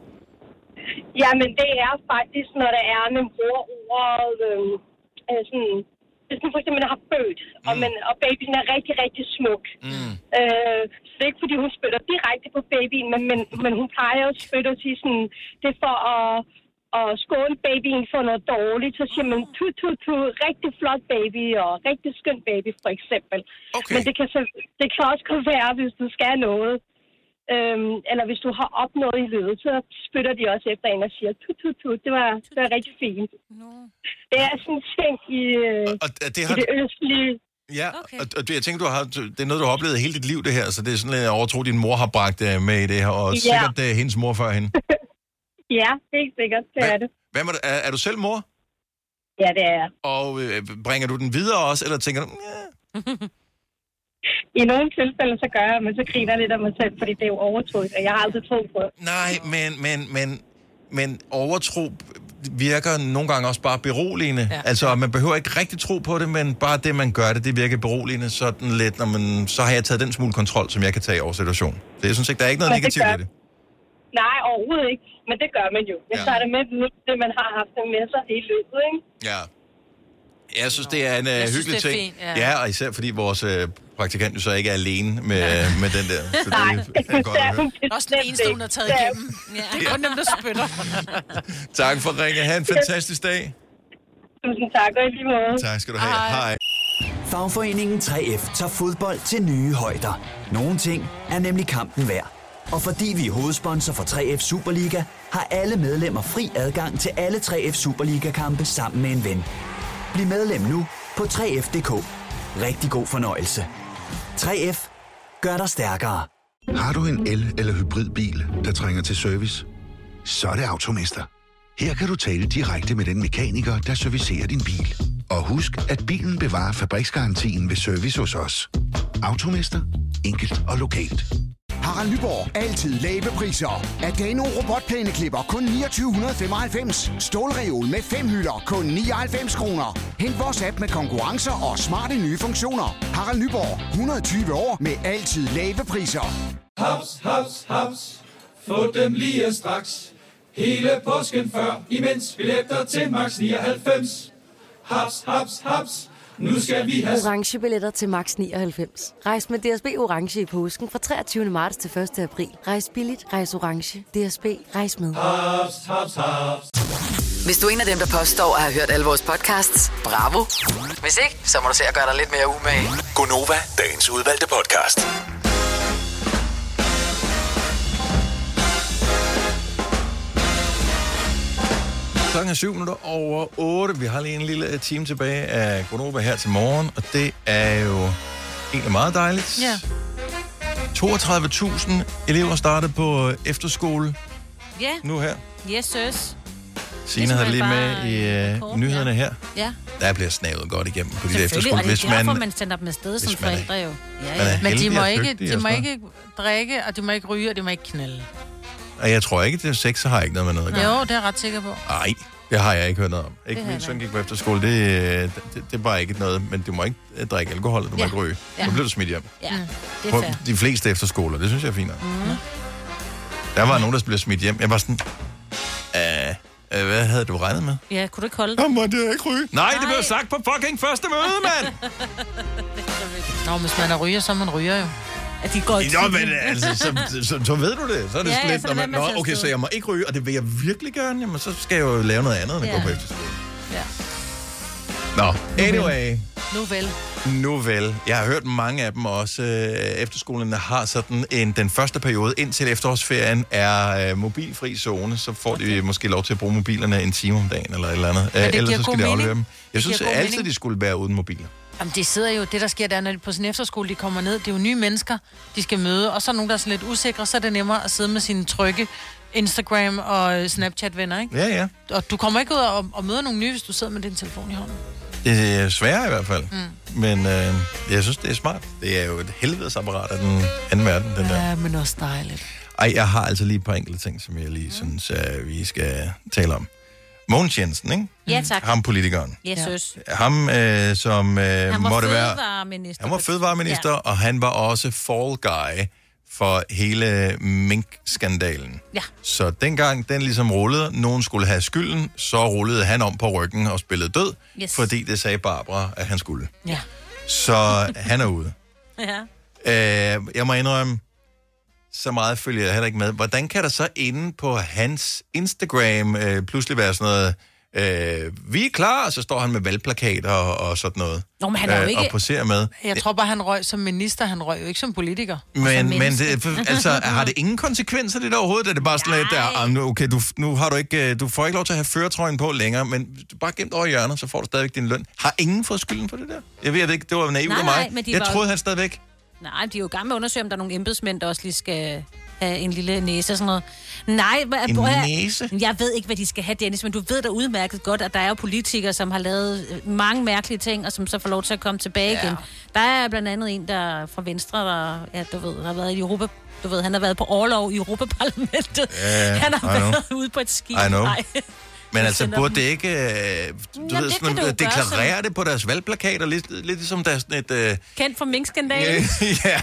Jamen, det er faktisk, når der er, man bruger ordet, øh, sådan, hvis man for eksempel har født, mm. og, man, og babyen er rigtig, rigtig smuk. Mm. Øh, så det er ikke, fordi hun spytter direkte på babyen, men, men, men hun plejer at spytte og sige sådan, det er for at, at skåne babyen for noget dårligt. Så siger man, tu, tu, tu, rigtig flot baby, og rigtig skøn baby, for eksempel. Okay. Men det kan, så, det kan også kunne være, hvis du skal noget. Øhm, eller hvis du har opnået i livet, så spytter de også efter en og siger, tu, tu, tu, det var, det var rigtig fint. No. Det er sådan en ting i, og, og det, har... i det østlige. Ja, okay. og, og jeg tænker, du har, det er noget, du har oplevet hele dit liv, det her, så det er sådan lidt, jeg overtro, din mor har bragt med i det her, og ja. Sikkert det er hendes mor før hende. Ja, helt sikkert, det Hva, er det. Hvad er, er, er du selv mor? Ja, det er jeg. Og øh, bringer du den videre også, eller tænker du, ja... I nogle tilfælde, så gør jeg, men så griner jeg lidt af mig selv, fordi det er jo overtro, og jeg har aldrig tro på det. Nej, men, men, men, men overtro virker nogle gange også bare beroligende. Ja. Altså, man behøver ikke rigtig tro på det, men bare det, man gør det, det virker beroligende sådan lidt, når man, så har jeg taget den smule kontrol, som jeg kan tage over situationen. Det er sådan set, der er ikke noget men negativt i det. Nej, overhovedet ikke, men det gør man jo. Jeg ja. tager det med videre, det man har haft med sig hele løbet, ikke? Ja. Jeg synes, det er en uh, jeg hyggelig synes, det er ting. Fint, ja. Ja, og især fordi vores uh, praktikant jo så ikke er alene med, uh, med den der. Så det er godt at høre. Også den eneste, hun har taget igennem. Ja. Det er kun dem, der spytter. Tak for ringe. Ha' en fantastisk dag. Tusind tak, og i lige måde. Tak skal du have. Hej. Fagforeningen tre F tager fodbold til nye højder. Nogle ting er nemlig kampen værd. Og fordi vi er hovedsponsor for tre F Superliga, har alle medlemmer fri adgang til alle tre F Superliga-kampe sammen med en ven. Bliv medlem nu på tre F punktum d k. Rigtig god fornøjelse. tre F gør dig stærkere. Har du en el- eller hybridbil, der trænger til service? Så er det Automester. Her kan du tale direkte med den mekaniker, der servicerer din bil. Og husk, at bilen bevarer fabriksgarantien ved service hos os. Automester. Enkelt og lokalt. Harald Nyborg. Altid lave priser. Adano robotplæneklipper kun niogtyve femoghalvfems. Stålreol med fem hylder kun nioghalvfems kroner. Hent vores app med konkurrencer og smarte nye funktioner. Harald Nyborg. hundrede og tyve år med altid lave priser. Haps, haps, haps. Få dem lige straks. Hele påsken før, imens billetter til max nioghalvfems. Haps, haps, haps. Nu skal vi have orange billetter til max nioghalvfems. Rejs med D S B Orange i påsken fra treogtyvende marts til første april. Rejs billigt, rejs orange. D S B, rejs med. Haps, haps, haps. Hvis du er en af dem, der påstår at have hørt alle vores podcasts, bravo. Hvis ikke, så må du se at gøre dig lidt mere umage. Gonova, dagens udvalgte podcast. Klokken er syv minutter over otte. Vi har lige en lille time tilbage af Gonova her til morgen, og det er jo egentlig meget dejligt. Ja. toogtredive tusind elever startede på efterskole ja. nu her. Yes, søs. Signe havde lige med i uh, nyhederne her. Ja. Der bliver snavet godt igennem på de efterskole. Og det er derfor, man, man sender dem afsted som forældre jo. Ja, ja. Men de må, ikke, de må ikke drikke, og de må ikke ryge, og de må ikke knalde. Og jeg tror ikke, at det sex har ikke noget med noget at gøre. Jo, det er jeg ret sikker på. Nej, det har jeg ikke hørt noget om. Ikke min søn gik på efterskole, det, det, det er bare ikke noget, men du må ikke drikke alkohol, du må ja. ikke ryge. Ja. Så bliver du smidt hjem. Ja, det er fair. De fleste efterskoler, det synes jeg er fint. Mm. Der var nogen, der blev smidt hjem. Jeg var sådan, øh, hvad havde du regnet med? Ja, kunne du ikke holde det? Der måtte jeg ikke ryge. Nej, Nej, det blev sagt på fucking første møde, mand! Nå, hvis man er ryger, så man ryger jo. At de går Nå, men altså, så, så, så, så ved du det. Så er det ja, lidt, ja, når man, nå, okay, så jeg må ikke ryge, og det vil jeg virkelig gerne, jamen så skal jeg jo lave noget andet, end at ja. gå på efterskole. Ja. Nå, anyway. Nu vel. Nu vel. Jeg har hørt mange af dem også. Efterskolerne har sådan en, den første periode indtil efterårsferien er uh, mobilfri zone, så får okay. de måske lov til at bruge mobilerne en time om dagen eller et eller andet. Uh, ellers så skal de aflevere dem. Jeg synes altid, mening. de skulle være uden mobiler. Jamen, det sidder jo, det der sker der, når de på sin efterskole, de kommer ned, det er jo nye mennesker, de skal møde, og så er nogen, der er lidt usikre, så er det nemmere at sidde med sine trygge Instagram og Snapchat-venner, ikke? Ja, ja. Og du kommer ikke ud og, og møder nogle nye, hvis du sidder med din telefon i hånden. Det er sværere i hvert fald, mm. men øh, jeg synes, det er smart. Det er jo et helvedesapparat af den anden verden, den ja, der. Ja, men også dejligt. Ej, jeg har altså lige et par enkelte ting, som jeg lige mm. synes, uh, vi skal tale om. Mogens Jensen, ikke? Ja, tak. Ham politikeren. Yes, søs. Ham, øh, som øh, han var måtte være... fødevareminister. Han var fødevareminister, ja. og han var også fall guy for hele mink-skandalen. Ja. Så dengang den ligesom rullede, nogen skulle have skylden, så rullede han om på ryggen og spillede død, yes. fordi det sagde Barbara, at han skulle. Ja. Så han er ude. Ja. Øh, jeg må indrømme, så meget følger jeg heller ikke med. Hvordan kan der så inde på hans Instagram øh, pludselig være sådan noget, øh, vi er klar, og så står han med valgplakater og, og sådan noget. Nå, men han er jo øh, ikke... Og poserer med. Jeg tror bare, han røg som minister, han røg jo ikke som politiker. Men, men det, altså, har det ingen konsekvenser, det der overhovedet? Er det bare sådan lidt der, ah, nu, okay, du, nu har du ikke, du får ikke lov til at have føretrøjen på længere, men du bare gemt over hjørnet, så får du stadigvæk din løn. Har ingen fået skylden på det der? Jeg ved ikke, det var naivt af mig. Nej, jeg troede, jo... han stadigvæk... Nej, de er jo i gang med at undersøge, om der er nogle embedsmænd, der også lige skal have en lille næse og sådan noget. Nej, en bror, næse? Jeg ved ikke, hvad de skal have, Dennis, men du ved da udmærket godt, at der er jo politikere, som har lavet mange mærkelige ting, og som så får lov til at komme tilbage ja. igen. Der er blandt andet en, der fra Venstre, der, ja, du ved, har været i Europa, du ved, han har været på orlov i Europaparlamentet. Yeah, han har været ude på et skib. I know. Men altså, burde det ikke, du Jamen, ved, sådan, det deklarere som... det på deres valgplakater, lidt, lidt ligesom der er sådan et... Uh... Kendt for minkskandalen. ja.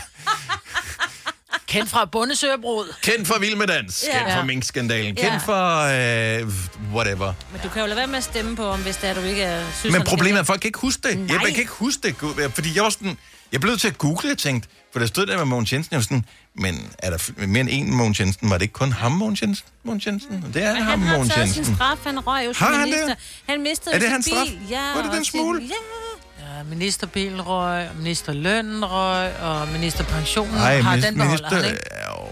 Kendt fra bondesøgerbrud. Kendt for Vild med Dans. Ja. Kendt for minkskandalen. Kendt ja. for uh, whatever. Men du kan jo lade være med at stemme på, om hvis det er, du ikke er... Synes, Men problemet er, at folk kan ikke huske det. Jeg, jeg kan ikke huske det, fordi jeg var sådan... Jeg blev til at google, jeg tænkte, for der stod der med Mogens Jensen, jeg var sådan, men er der mere end en Mogens Jensen? Var det ikke kun ham, Mogens Jensen? Mogens Jensen? Det er men ham, Mogens Jensen. Han har taget sin straf, han røg jo som har minister. Han, han mistede er det hans bil. straf? Ja, var det den smule? Sin, ja. ja, ministerbilen røg, og ministerlønnen røg, og ministerpensionen Ej, har mis- den beholder minister, han, ikke?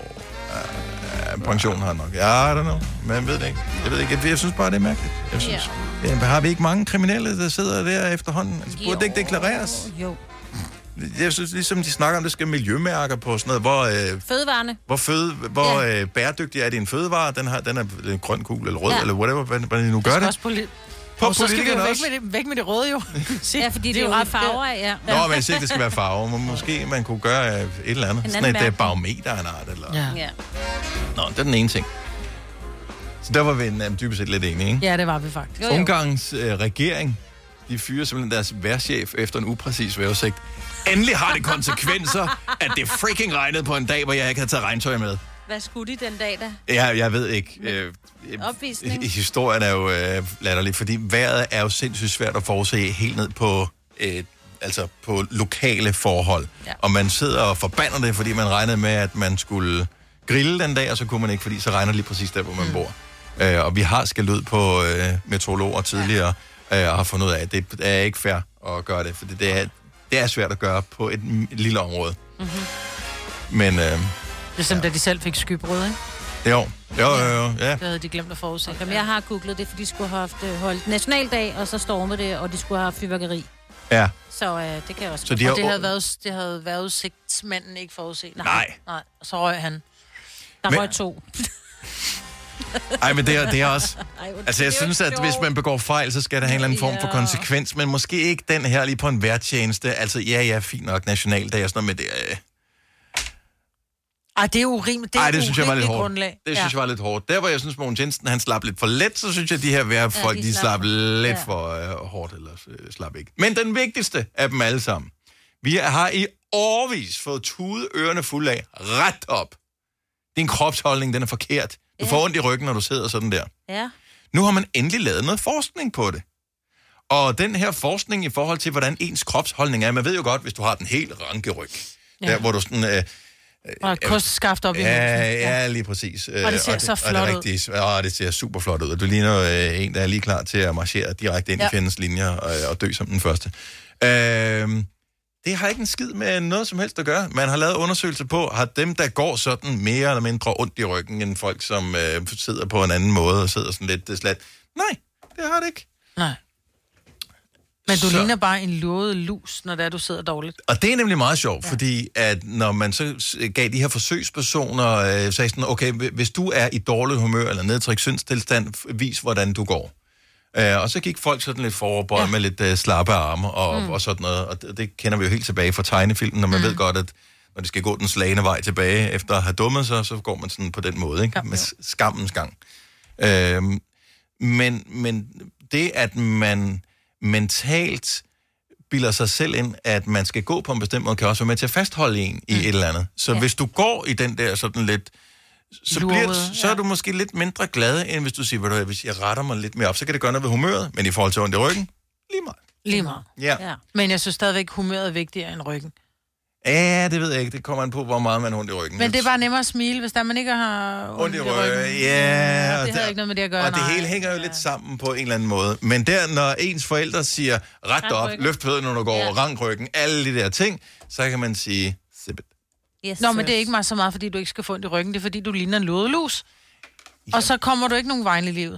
Ja, uh, pensionen har han nok. Ja, I don't know. Men jeg ved det ikke. Jeg ved ikke. Jeg, jeg synes bare, det er mærkeligt. Jeg synes, ja. Ja, har vi ikke mange kriminelle, der sidder der efterhånden? Altså, burde det ikke deklareres? Jo. Jeg synes, ligesom de snakker om, det skal miljømærker på sådan noget, hvor... Øh, Fødevarene. Hvor, føde, hvor ja. øh, bæredygtig er din fødevare? Den, har, den er en grøn kugle eller rød, ja. eller whatever, hvad, hvad de nu gør det. Også poli- på og så skal vi jo væk også. med, det, væk med det røde, jo. ja, fordi det, det er jo ret farver af, ja. Nå, men jeg siger ikke, det skal være farver. Men måske man kunne gøre et eller andet. Sådan et uh, barometer af en art, eller... Ja. ja. Nå, det er den ene ting. Så der var vi um, dybest set lidt enige, ikke? Ja, det var vi faktisk. Ungarns øh, regering, de fyrer simpelthen deres vejrchef efter en upræcis vejrudsigt. Endelig har det konsekvenser, at det freaking regnede på en dag, hvor jeg ikke havde taget regntøj med. Hvad skulle de den dag, da? Ja, jeg ved ikke. Øh, Opvisning. Historien er jo øh, latterlig, fordi vejret er jo sindssygt svært at forudse helt ned på, øh, altså på lokale forhold. Ja. Og man sidder og forbander det, fordi man regnede med, at man skulle grille den dag, og så kunne man ikke, fordi så regner det lige præcis der, hvor man mm. bor. Øh, og vi har skældt ud på øh, meteorologer tidligere, øh, og har fundet ud af, at det er ikke fair at gøre det, for det er... Det er svært at gøre på et, et lille område. Mm-hmm. Men... Øh, det er som ja. da de selv fik skybrød, ikke? Jo, jo, jo, jo. Ja. Det havde de glemt at forudse. Okay, jeg har googlet det, for de skulle have haft, holdt nationaldag, og så stormede det, og de skulle have fyrværkeri. Ja. Så øh, det kan jeg også. Så de og det havde, været, det havde været sigtsmanden ikke forudset. Nej. Nej. Nej. Og så røg han. Der men, røg to. Ej, men det er, det er også... Altså, jeg synes, at hvis man begår fejl, så skal der have en eller anden form for konsekvens, men måske ikke den her lige på en vejrtjeneste. Altså, ja, ja, fint nok, nationaldag og sådan noget, men det er... Ej, det er urimeligt. Det er Ej, det synes jeg var lidt hårdt. Grundlag. Det synes ja. jeg var lidt hårdt. Der, hvor jeg synes, Mogens Jensen, han slap lidt for let, så synes jeg, at de her vejrfolk, ja, de, de slap lidt ja. for uh, hårdt, eller uh, slap ikke. Men den vigtigste af dem alle sammen. Vi har i årevis fået tude ørerne fulde af. Ret op. Din kropsholdning, den er forkert. Du ja. får ondt i ryggen, når du sidder sådan der. Ja. Nu har man endelig lavet noget forskning på det. Og den her forskning i forhold til, hvordan ens kropsholdning er, man ved jo godt, hvis du har den helt ranke ryg, ja. der hvor du sådan... Øh, og kostskaft op i ja, ja, lige præcis. Og det ser og det, så flot og det rigtig, ud. Og det ser super flot ud. Og du ligner øh, en, der er lige klar til at marchere direkte ind ja. i fjendens linjer og, og dø som den første. Øh, det har ikke en skid med noget som helst at gøre. Man har lavet undersøgelser på, har dem, der går sådan mere eller mindre ondt i ryggen, end folk, som øh, sidder på en anden måde og sidder sådan lidt slat. Nej, det har det ikke. Nej. Men du så. ligner bare en luret lus, når det er, du sidder dårligt. Og det er nemlig meget sjovt, ja. fordi at når man så gav de her forsøgspersoner, øh, sagde sådan, okay, hvis du er i dårligt humør eller nedtrykt syndstilstand, vis hvordan du går. Øh, og så gik folk sådan lidt foroverbøj ja. med lidt øh, slappe arme og, mm. og sådan noget. Og det, det kender vi jo helt tilbage fra tegnefilmen, når man mm. ved godt, at når det skal gå den slagende vej tilbage efter at have dummet sig, så går man sådan på den måde, ikke? Ja, med skammens gang. Øh, men, men det, at man mentalt bilder sig selv ind, at man skal gå på en bestemt måde, kan også være med til at fastholde en i mm. et eller andet. Så ja. hvis du går i den der sådan lidt, så, bliver, Lurede, så er du måske lidt mindre glad, end hvis du siger, du, hvis jeg retter mig lidt mere op, så kan det gøre noget ved humøret, men i forhold til ondt i ryggen, lige meget. Lige meget. Ja. ja. Men jeg synes stadigvæk, humøret er vigtigere end ryggen. Ja, det ved jeg ikke. Det kommer an på, hvor meget man har ondt i ryggen. Men det er bare nemmere at smile, hvis der man ikke har ondt, ondt i ryggen. ryggen. Ja, det har der, ikke noget med det at gøre. Og det nej. hele hænger jo lidt sammen på en eller anden måde. Men der, når ens forældre siger, ret dig op, løft fødderne, når du går, ja. rank ryggen, alle de der ting, så kan man sige, zip it. Yes, Nå, men det er ikke meget så meget, fordi du ikke skal få ondt i ryggen. Det er, fordi du ligner en lådelus. Ja. Og så kommer du ikke nogen vejen i livet.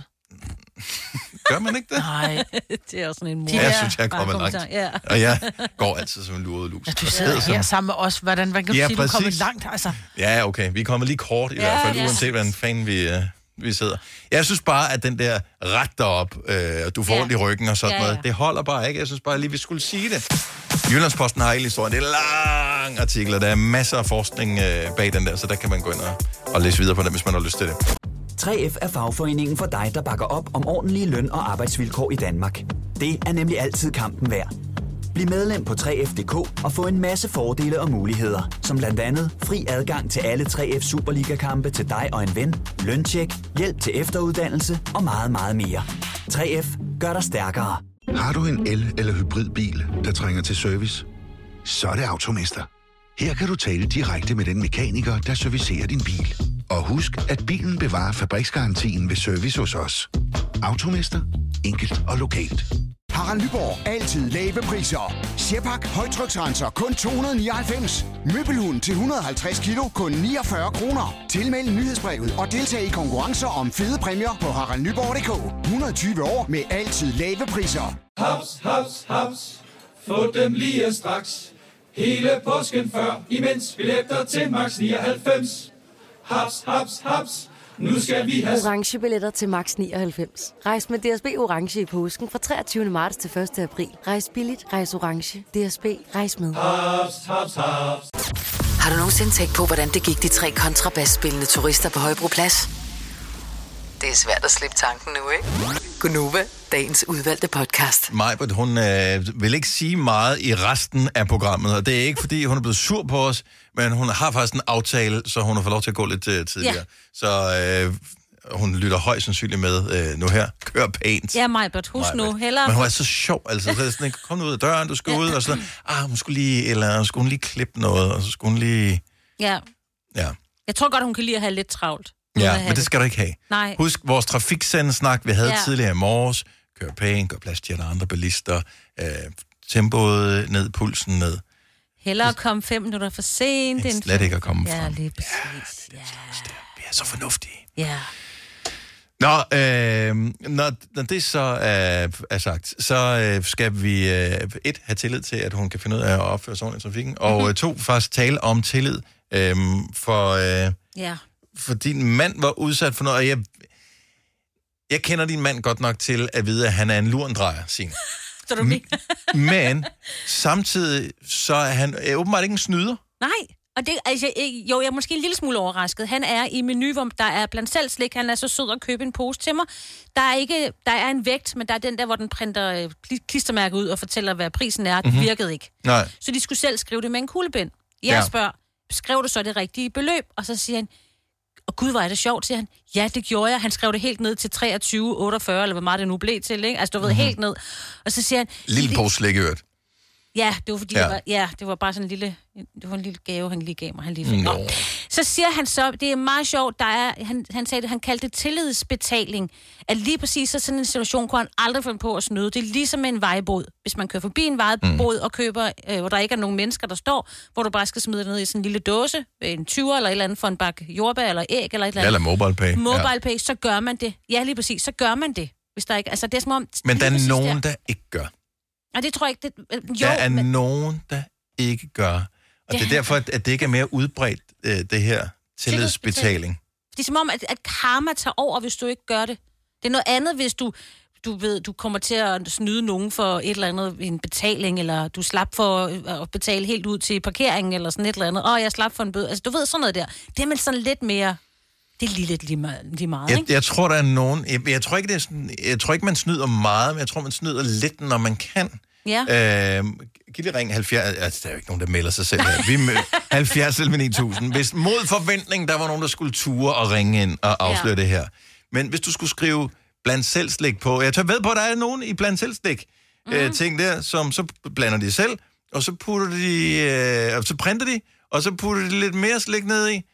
Gør man ikke det? Nej. Det er også sådan en mor. Ja, jeg synes, jeg kommer langt. Ja. Og jeg går altid som en luret lus. Ja, du sidder her sammen med os. Hvordan, hvordan kan du ja, sige, du er kommet langt? Altså. Ja, okay. Vi er kommet lige kort i ja, hvert fald, ja. uanset hvordan fanden vi, uh, vi sidder. Jeg synes bare, at den der ret derop, uh, du får ja. ondt i ryggen og sådan ja, ja. noget, det holder bare ikke. Jeg synes bare lige, vi skulle sige det. Jyllandsposten har hele historien. Det er lang artikler. Der er masser af forskning uh, bag den der, så der kan man gå ind og, og læse videre på den, hvis man har lyst til det. tre F er fagforeningen for dig, der bakker op om ordentlige løn- og arbejdsvilkår i Danmark. Det er nemlig altid kampen værd. Bliv medlem på tre F punktum d k og få en masse fordele og muligheder, som blandt andet fri adgang til alle tre F Superliga-kampe til dig og en ven, løntjek, hjælp til efteruddannelse og meget, meget mere. tre F gør dig stærkere. Har du en el- eller hybridbil, der trænger til service? Så er det Automester. Her kan du tale direkte med den mekaniker, der servicerer din bil. Og husk, at bilen bevarer fabriksgarantien ved service hos os. Automester. Enkelt og lokalt. Harald Nyborg. Altid lave priser. Sjehpak. Højtryksrenser. Kun to hundrede og nioghalvfems. Møbelhund til et hundrede og halvtreds kilo. Kun niogfyrre kroner. Tilmeld nyhedsbrevet og deltag i konkurrencer om fede præmier på harald nyborg punktum d k. hundrede og tyve år med altid lave priser. Haps, haps, haps. Få dem lige straks. Hele påsken før, imens billetter til max nioghalvfems. Haps, haps, haps. Nu skal vi have orange billetter til max nioghalvfems. Rejs med D S B Orange i påsken fra treogtyvende marts til første april. Rejs billigt, rejs orange. D S B, rejs med. Haps, haps, haps. Har du nogensinde tænkt på, hvordan det gik de tre kontrabasspillende turister på Højbroplads? Det er svært at slippe tanken nu, ikke? Gunova, dagens udvalgte podcast. Majbert, hun øh, vil ikke sige meget i resten af programmet, og det er ikke, fordi hun er blevet sur på os, men hun har faktisk en aftale, så hun har fået lov til at gå lidt øh, tidligere. Ja. Så øh, hun lytter højst sandsynligt med øh, nu her. Kør pænt. Ja, Majbert, husk Majbert. nu. Hellere... Men hun er så sjov, altså. Så er sådan, kom nu ud af døren, du skal ja. ud, og sådan, ah, hun skulle lige, eller skulle hun lige klippe noget, og så skulle hun lige... Ja. Ja. Jeg tror godt, hun kan lide at have lidt travlt. Ja, men det skal du ikke have. Nej. Husk vores trafiksendesnak, vi havde ja. tidligere i morges. Kør pænt, gør plads til de andre bilister. Øh, tempoet ned, pulsen ned. Hellere komme fem minutter for sent. End slet ikke at komme ja, frem. Lige præcis. Ja, ja. Vi er så fornuftige. Ja. Nå, øh, når, når det så er, er sagt, så øh, skal vi øh, et, have tillid til, at hun kan finde ud af at opføre sig ordentligt i trafikken, og mm-hmm. to, faktisk tale om tillid, øh, for... Øh, ja. For din mand var udsat for noget, og jeg, jeg kender din mand godt nok til at vide, at han er en lurendrejer, Signe. Så du M- Men samtidig så er han er åbenbart ikke en snyder. Nej, og det, altså, jo, jeg er måske en lille smule overrasket. Han er i Meny, hvor der er blandt selv slik. Han er så sød at købe en pose til mig. Der er ikke, der er en vægt, men der er den der, hvor den printer klistermærke ud og fortæller, hvad prisen er. Det mm-hmm. virkede ikke. Nej. Så de skulle selv skrive det med en kuglepen. Jeg ja. spørger, skrev du så det rigtige beløb? Og så siger han, og gud, hvor er det sjovt, siger han. Ja, det gjorde jeg. Han skrev det helt ned til treogtyve otteogfyrre, eller hvor meget det nu blev til, ikke? Altså, du ved, mm-hmm. helt ned. Og så siger han... Lille pose slik i øvrigt. Ja, det var fordi, ja. Det var, ja, det var bare sådan en lille, det var en lille gave, han lige gav mig. Han lige fik. No. Så siger han så, det er meget sjovt, der er, han, han sagde det, han kaldte det tillidsbetaling. At lige præcis så sådan en situation kunne han aldrig finde på at snyde. Det er ligesom med en vejbod. Hvis man kører forbi en vejbod mm. og køber, øh, hvor der ikke er nogen mennesker, der står, hvor du bare skal smide det ned i sådan en lille dåse, en tyver eller et eller andet for en bakke jordbær eller æg eller et eller andet. Eller MobilePay. MobilePay, ja. Så gør man det. Ja, lige præcis, så gør man det. Hvis der ikke, altså det er som om... Men der er nogen, der. der ikke gør. Og det tror jeg ikke... Det, jo, der er men... nogen, der ikke gør. Og det, det er derfor, at det ikke er mere udbredt, det her tillidsbetaling. Det er som om, at, at karma tager over, hvis du ikke gør det. Det er noget andet, hvis du, du ved, du kommer til at snyde nogen for et eller andet, en betaling, eller du slap for at betale helt ud til parkeringen, eller sådan et eller andet. Åh, oh, jeg slap for en bøde. Altså, du ved, sådan noget der. Det er man sådan lidt mere... Det er lige lidt lige meget, lige meget jeg, ikke? Jeg tror, der er nogen... Jeg, jeg, tror ikke, det er sådan, jeg tror ikke, man snyder meget, men jeg tror, man snyder lidt, når man kan. Ja. Øh, giv lige ring halvfjerds... Altså, der er jo ikke nogen, der melder sig selv her. Vi mø- halvfjerds elleve ni tusind. Hvis mod forventning, der var nogen, der skulle ture og ringe ind og afsløre ja. det her. Men hvis du skulle skrive blandt selv slik på... Jeg tager ved på, at der er nogen i blandt selv slik. Mm. Øh, ting der, som så blander de selv, og så putter de... Øh, og så printer de, og så putter de lidt mere slik ned i,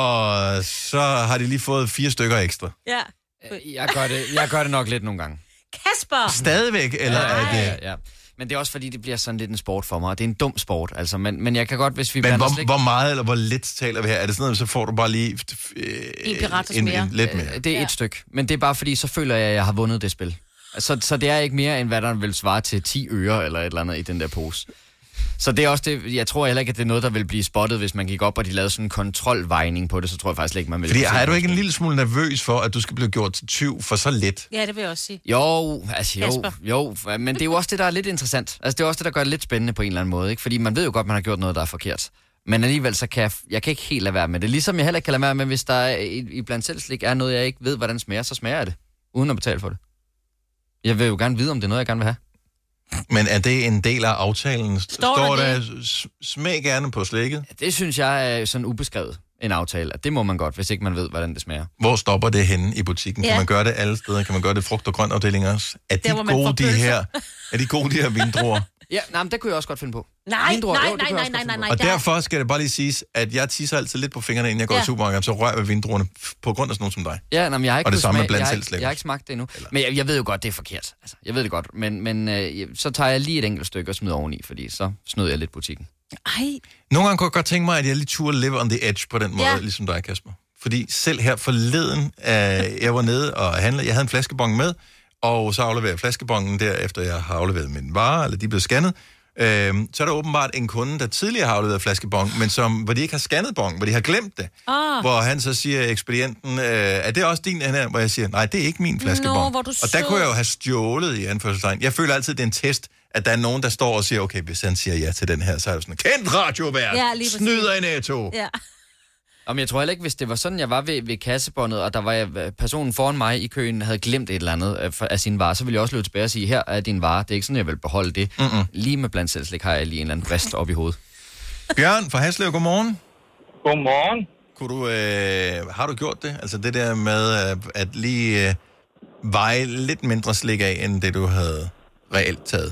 og så har de lige fået fire stykker ekstra. Ja. Jeg gør det, jeg gør det nok lidt nogle gange. Kasper! Stadigvæk, eller ja, er det... Ja, ja. Men det er også fordi, det bliver sådan lidt en sport for mig, og det er en dum sport, altså. Men, men jeg kan godt, hvis vi men hvor, slik... hvor meget eller hvor lidt taler vi her? Er det sådan noget, så får du bare lige... Øh, en piratas en, mere. En, lidt mere. Det er et ja. stykke, men det er bare fordi, så føler jeg, at jeg har vundet det spil. Så, så det er ikke mere, end hvad der vil svare til ti øre eller et eller andet i den der pose. Så det er også det, jeg tror heller ikke, at det er noget, der vil blive spottet, hvis man gik op, og de lavede sådan en kontrolvejning på det, så tror jeg faktisk ikke, man vil... Fordi er du ikke en lille smule nervøs for, at du skal blive gjort til tyv for så lidt? Ja, det vil jeg også sige. Jo, altså jo, jo, men det er jo også det, der er lidt interessant. Altså det er også det, der gør det lidt spændende på en eller anden måde, ikke? Fordi man ved jo godt, man har gjort noget, der er forkert. Men alligevel, så kan jeg, jeg kan ikke helt lade være med det. Ligesom jeg heller ikke kan lade være med, hvis der er, i, i blandt selv slik er noget, jeg ikke ved, hvordan smager, så smager jeg det, uden at betale for det. Jeg vil jo gerne vide, om det er noget, jeg gerne vil have. Men er det en del af aftalen? Står, Står der, der smag gerne på slikket? Ja, det synes jeg er sådan ubeskrevet, en aftale. At det må man godt, hvis ikke man ved, hvordan det smager. Hvor stopper det henne i butikken? Ja. Kan man gøre det alle steder? Kan man gøre det i frugt- og grøntafdelingen også? Er de der, gode, de her, er de gode, de her vindruer? Ja, nej, men det kunne jeg også godt finde på. Nej, Vindruer, nej, jo, nej, nej, nej, nej, nej. Og derfor skal det bare lige siges, at jeg tisser altid lidt på fingrene, inden jeg går ja. i supermarkedet, så rører jeg ved vindruerne på grund af sådan nogen som dig. Ja, nej, men jeg har ikke og det samme med blandt jeg, selv jeg, jeg har ikke smagt det endnu. Eller? Men jeg, jeg ved jo godt, det er forkert. Altså, jeg ved det godt. Men, men øh, så tager jeg lige et enkelt stykke og smider oveni, fordi så snød jeg lidt butikken. Ej. Nogle gange kunne jeg godt tænke mig, at jeg lige turde live on the edge på den måde, ja. ligesom dig, Kasper. Fordi selv her forleden, øh, jeg var nede og handlede, jeg havde en flaskebong med, og så afleverede jeg flaskebongen der, efter jeg har afleveret min vare, eller de blev scannet. Øhm, så er der åbenbart en kunde, der tidligere har afleveret flaskebong, men som, hvor de ikke har scannet bong, hvor de har glemt det. Ah. Hvor han så siger, ekspedienten, øh, er det også din her? Hvor jeg siger, nej, det er ikke min flaskebong. Nå, og der kunne jeg jo have stjålet i anførselstegn. Jeg føler altid, det er en test, at der er nogen, der står og siger, okay, hvis han siger ja til den her, så er det sådan, kendt radiovært, ja, snyder i Netto. Ja. Jamen, jeg tror heller ikke, hvis det var sådan, jeg var ved, ved kassebåndet, og der var personen foran mig i køen, havde glemt et eller andet af sin vare, så ville jeg også løbe tilbage og sige, her er din vare. Det er ikke sådan, jeg vil beholde det. Mm-mm. Lige med blandt selv slik har jeg lige en eller anden brist op i hovedet. Bjørn fra Haslev, godmorgen. Godmorgen. Kunne du, øh, har du gjort det? Altså det der med øh, at lige øh, veje lidt mindre slik af, end det du havde reelt taget?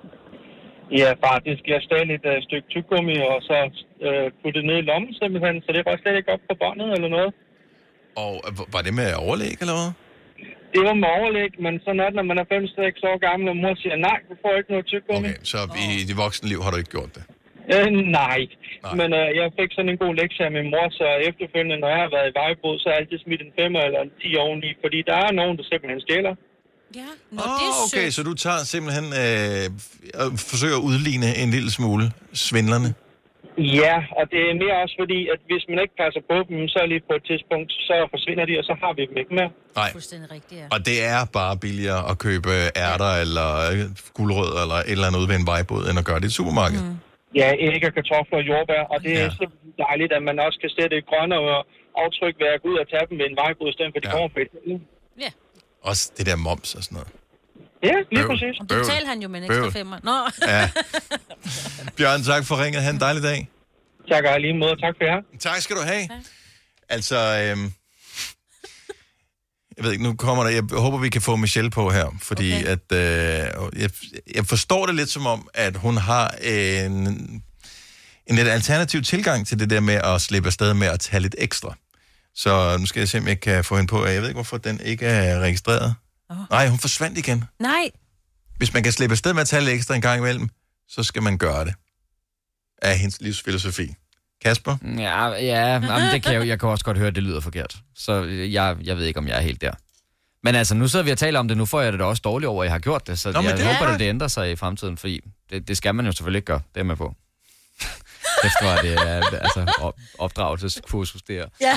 Ja, faktisk. Jeg stod lidt et uh, stykke tyggegummi, og så uh, putte det ned i lommen simpelthen, så det var slet ikke op på båndet eller noget. Og uh, var det med overlæg, eller hvad? Det var med overlæg, men sådan er det, når man er fem seks år gammel, og mor siger, nej, du får ikke noget tyggegummi. Okay, så i dit voksne liv har du ikke gjort det? Uh, nej. nej, men uh, jeg fik sådan en god lektie af min mor, så efterfølgende, når jeg har været i vejbod, så har jeg altid smidt en femmer eller en ti oveni, fordi der er nogen, der simpelthen stjæler. Ja, Nå, oh, det er okay, sødt. så du tager simpelthen øh, og forsøger at udligne en lille smule svindlerne? Ja, og det er mere også fordi, at hvis man ikke passer på dem, så lige på et tidspunkt, så forsvinder de, og så har vi dem ikke mere. Nej, rigtigt, ja. Og det er bare billigere at købe ærter ja. eller gulerødder eller et eller andet ude ved en vejbod, end at gøre det i et supermarked. Mm. Ja, æg og kartofler og jordbær, og det ja. er simpelthen dejligt, at man også kan sætte et grønne aftryk ved at gå ud og tage dem ved en vejbod, i stedet for de ja. kommer på et. Ja. Også det der moms og sådan noget. Ja, lige præcis. Og det betaler han jo med en ekstra femmer. Nå. Ja. Bjørn, tak for ringet. Ha' en dejlig dag. Tak og lige måde. Tak for jer. Tak skal du have. Tak. Altså, øhm, jeg ved ikke, nu kommer der, jeg håber, vi kan få Michelle på her, fordi okay. at, øh, jeg, jeg forstår det lidt som om, at hun har en, en lidt alternativ tilgang til det der med at slippe afsted med at tage lidt ekstra. Så nu skal jeg se, om jeg kan få hende på. Jeg ved ikke, hvorfor den ikke er registreret. Oh. Nej, hun forsvandt igen. Nej. Hvis man kan slippe afsted med at tage lidt ekstra en gang imellem, så skal man gøre det. Af hendes livsfilosofi. Kasper? Ja, ja jamen, det kan jeg, jeg kan også godt høre, at det lyder forkert. Så jeg, jeg ved ikke, om jeg er helt der. Men altså, nu sidder vi og taler om det. Nu får jeg det da også dårligt over, at jeg har gjort det. Så Nå, jeg det håber, at det ændrer sig i fremtiden, fordi det, det skal man jo selvfølgelig ikke gøre. Det er med på. Efter var det altså, op, opdragelseskursus der. Ja.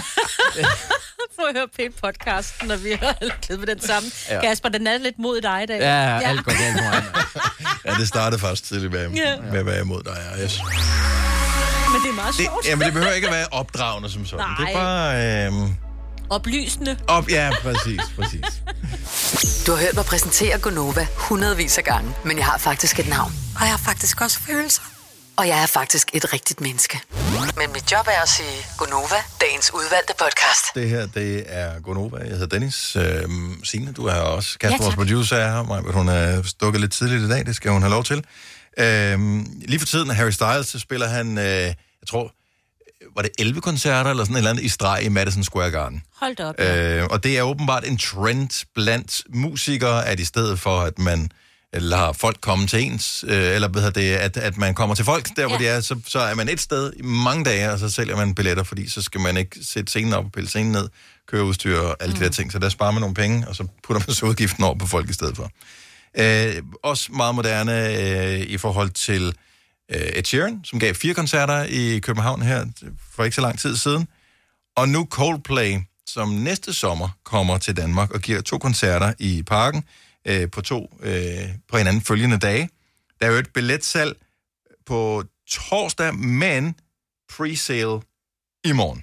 Få at høre pænt podcasten, når vi har glædet med den sammen. Ja. Kasper, den er lidt mod dig i dag. Ja, ja. Alt går galt med mig. Ja, det startede faktisk tidligt med, ja. med at være imod dig. Yes. Men det er meget sjovt. Det, jamen, det behøver ikke at være opdragende som sådan. Nej. Det er bare... Øhm... Oplysende. Op, ja, præcis, præcis. Du har hørt mig præsentere Gonova hundredvis af gange, men jeg har faktisk et navn. Og jeg har faktisk også følelser. Og jeg er faktisk et rigtigt menneske. Men mit job er at sige Gonova, dagens udvalgte podcast. Det her, det er Gonova. Jeg hedder Dennis. Øhm, Signe, du er også. Kasper, Ja, vores producer, er her. Maja, hun er stukket lidt tidligt i dag. Det skal hun have lov til. Øhm, lige for tiden, Harry Styles, så spiller han, øh, jeg tror, var det elleve koncerter eller sådan et eller andet i streg i Madison Square Garden. Hold da op. Ja. Øh, og det er åbenbart en trend blandt musikere, at i stedet for, at man lader folk komme til ens, øh, eller hvad det, at, at man kommer til folk, der ja. hvor de er, så, så er man et sted i mange dage, og så sælger man billetter, fordi så skal man ikke sætte scenen op og pille scenen ned, køre udstyr og alle mm. de der ting. Så der sparer man nogle penge, og så putter man så udgiften over på folk i stedet for. Øh, også meget moderne øh, i forhold til øh, Ed Sheeran, som gav fire koncerter i København her for ikke så lang tid siden. Og nu Coldplay, som næste sommer kommer til Danmark og giver to koncerter i Parken øh, på to øh, på hinanden følgende dage. Der er jo et billetsalg på torsdag, men pre-sale i morgen.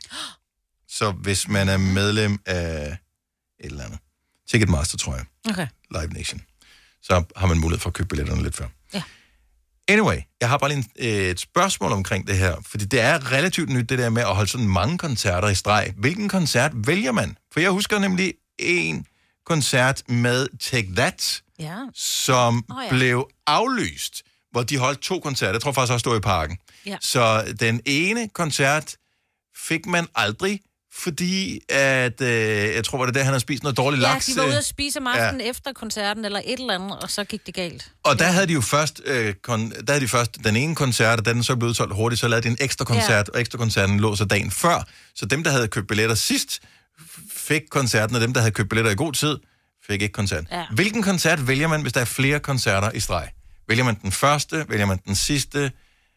Så hvis man er medlem af et eller andet, Ticketmaster, tror jeg, Okay. Live Nation, så har man mulighed for at købe billetterne lidt før. Ja. Anyway, jeg har bare lige en, et spørgsmål omkring det her, fordi det er relativt nyt, det der med at holde sådan mange koncerter i streg. Hvilken koncert vælger man? For jeg husker nemlig en koncert med Take That, Ja. som Oh, oh, ja. ja. blev aflyst, hvor de holdt to koncerter. Jeg tror faktisk også, det var i Parken. Ja. Så den ene koncert fik man aldrig, fordi at, øh, jeg tror, var det der, han havde spist noget dårligt Ja, laks. de var ude øh, at spise om aftenen ja. efter koncerten, eller et eller andet, og så gik det galt. Og der havde de jo først, øh, kon- der havde de først den ene koncert, og da den så blev udsolgt hurtigt, så lavede de en ekstra koncert, ja. og ekstra koncerten lå så dagen før. Så dem, der havde købt billetter sidst, fik koncerten, og dem, der havde købt billetter i god tid, fik ikke koncerten. Ja. Hvilken koncert vælger man, hvis der er flere koncerter i streg? Vælger man den første? Vælger man den sidste?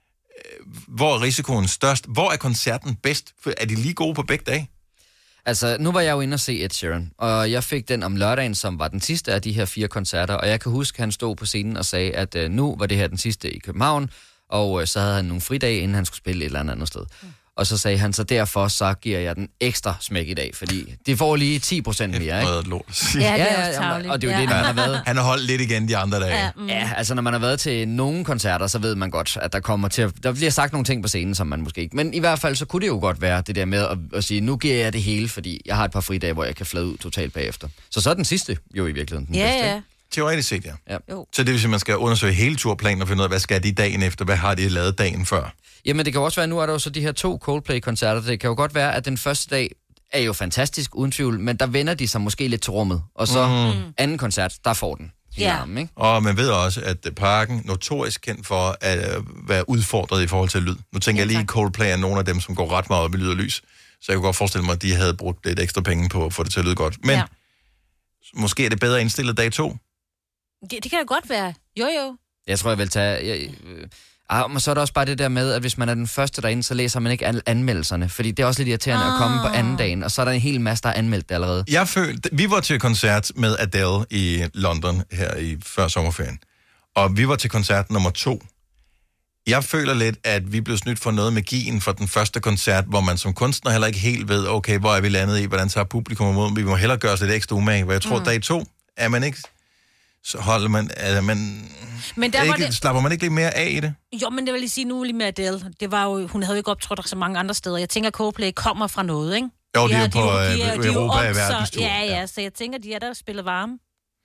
Hvor er risikoen størst? Hvor er koncerten bedst? Er de lige gode på begge dage? Altså, nu var jeg jo inde og se Ed Sheeran, og jeg fik den om lørdagen, som var den sidste af de her fire koncerter, og jeg kan huske, at han stod på scenen og sagde, at øh, nu var det her den sidste i København, og øh, så havde han nogle fridage, inden han skulle spille et eller andet andet sted. Mm. Og så sagde han, så derfor så giver jeg den ekstra smæk i dag, fordi det får lige ti procent mere, ikke? Noget lort. Ja, det er Ja, også ja, tarveligt. og det er jo ja. det, når man har været... Han har holdt lidt igen de andre dage. Ja, Ja. mm. Ja, altså når man har været til nogle koncerter, så ved man godt, at der kommer til at, der bliver sagt nogle ting på scenen, som man måske ikke... Men i hvert fald, så kunne det jo godt være det der med at, at sige, nu giver jeg det hele, fordi jeg har et par fridage, hvor jeg kan flade ud totalt bagefter. Så så er den sidste jo i virkeligheden den Ja, bedste. ja. ikke? Teoretisk set, ja. Ja. Jo. Så det vil sige, at man skal undersøge hele turplanen og finde ud af, hvad skal de dagen efter? Hvad har de lavet dagen før? Jamen det kan jo også være, nu er der jo så de her to Coldplay-koncerter. Det kan jo godt være, at den første dag er jo fantastisk, uden tvivl, men der vender de sig måske lidt til rummet. Og så mm. anden koncert, der får den. Ja. Armen, ikke? Og man ved også, at Parken notorisk kendt for at være udfordret i forhold til lyd. Nu tænker ja, jeg lige, at Coldplay er nogle af dem, som går ret meget op i lyd og lys. Så jeg kunne godt forestille mig, at de havde brugt lidt ekstra penge på at få det til at lyde godt. Men Ja. måske er det bedre indstillet dag to. Det, det kan da godt være. Jo, jo. Jeg tror, jeg vil tage... Jeg, øh, ah, men så er der også bare det der med, at hvis man er den første derinde, så læser man ikke alle anmeldelserne. Fordi det er også lidt irriterende ah. at komme på anden dagen, og så er der en hel masse, der er anmeldt det allerede. Jeg følte, vi var til koncert med Adele i London her i før sommerferien. Og vi var til koncert nummer to. Jeg føler lidt, at vi blev snydt for noget magien fra den første koncert, hvor man som kunstner heller ikke helt ved, okay, hvor er vi landet i, hvordan tager publikum imod. Vi må hellere gøre os lidt ekstra umage, hvor jeg tror, mm. dag to er man ikke... Så holder man... Er man Men der er var ikke, det... slapper man ikke lidt mere af i det? Jo, men det vil lige sige nu lige med Adele. Det var jo, hun havde jo ikke optrådt så mange andre steder. Jeg tænker, Coldplay kommer fra noget, ikke? Jo, de Ja, er på de, øh, de, er- de er jo Europa op, i så- verdenstur. Ja, ja, så jeg tænker, de er der og spiller varme.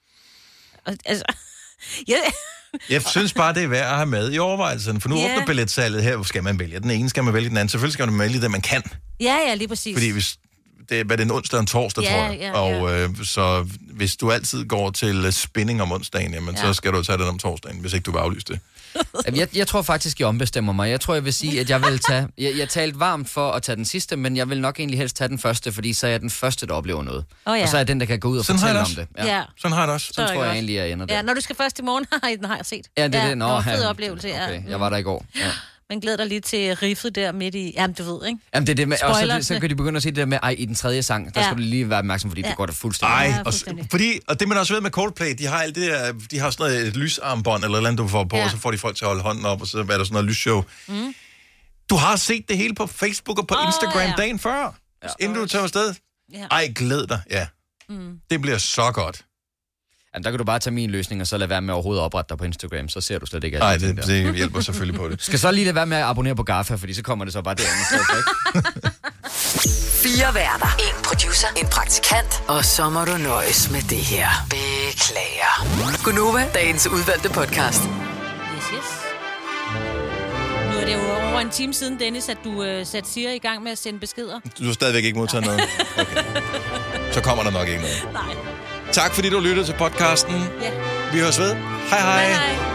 Og, altså... Ja, Jeg synes bare, det er værd at have med i overvejelserne, for nu Ja. åbner billetsalget her. Skal man vælge den ene, skal man vælge den anden. Selvfølgelig skal man vælge det, man kan. ja, ja, lige præcis. Fordi hvis, det er, hvad er det, en onsdag og en torsdag, Ja, tror jeg. ja, ja. Og øh, så hvis du altid går til øh, spinning om onsdagen, jamen, Ja. så skal du tage den om torsdagen, hvis ikke du vil aflyse det. Jamen, Jeg, jeg tror faktisk, jeg ombestemmer mig. Jeg tror, jeg vil sige, at jeg vil tage... Jeg, jeg talte varmt for at tage den sidste, men jeg vil nok egentlig helst tage den første, fordi så er jeg den første, der oplever noget. Åh, ja. Og så er jeg den, der kan gå ud og Sådan har fortælle jeg om det det. Ja. ja. Sådan har jeg det også. Sådan Så er tror jeg godt. egentlig, jeg ender der. Ja, når du skal først i morgen, den har jeg set. Ja, det er det. Nå, det var en fed ja. oplevelse, ja. Okay, jeg var der i går. Ja. Men glæder dig lige til riffet der midt i... Jamen, du ved, ikke? Jamen, det er det med, og så, Spoilerne. så kan de begynde at sige det der med, ej, i den tredje sang, der Ja. skal du lige være opmærksom, fordi Ja. det går da fuldstændig. Ej, Ja, og, s- fuldstændig. fordi, og det man også ved med Coldplay, de har alt det der, de har sådan noget et lysarmbånd, eller et eller andet, du får på, Ja. og så får de folk til at holde hånden op, og så er der sådan noget lysshow. Mm. Du har set det hele på Facebook og på Åh, Instagram ja. dagen før, ja. inden du tager afsted. Ja. Ej, glæd dig, ja. Mm. Det bliver så godt. jamen, der kan du bare tage min løsning, og så lade være med overhovedet at oprette dig på Instagram, så ser du slet ikke alt. Nej, det, det hjælper selvfølgelig på det. Skal så lige lade være med at abonnere på GAFA, fordi så kommer det så bare derinde i stedet for, ikke? Fire værter. En producer. En praktikant. Og så må du nøjes med det her. Beklager. Gunova, dagens udvalgte podcast. Yes, yes. Nu er det jo over en time siden, Dennis, at du øh, satte Siri i gang med at sende beskeder. Du har stadigvæk ikke modtaget noget? Okay. Så kommer der nok ikke noget. Nej. Tak fordi du lyttede til podcasten. Ja. Vi høres ved. Hej hej. Hej hej.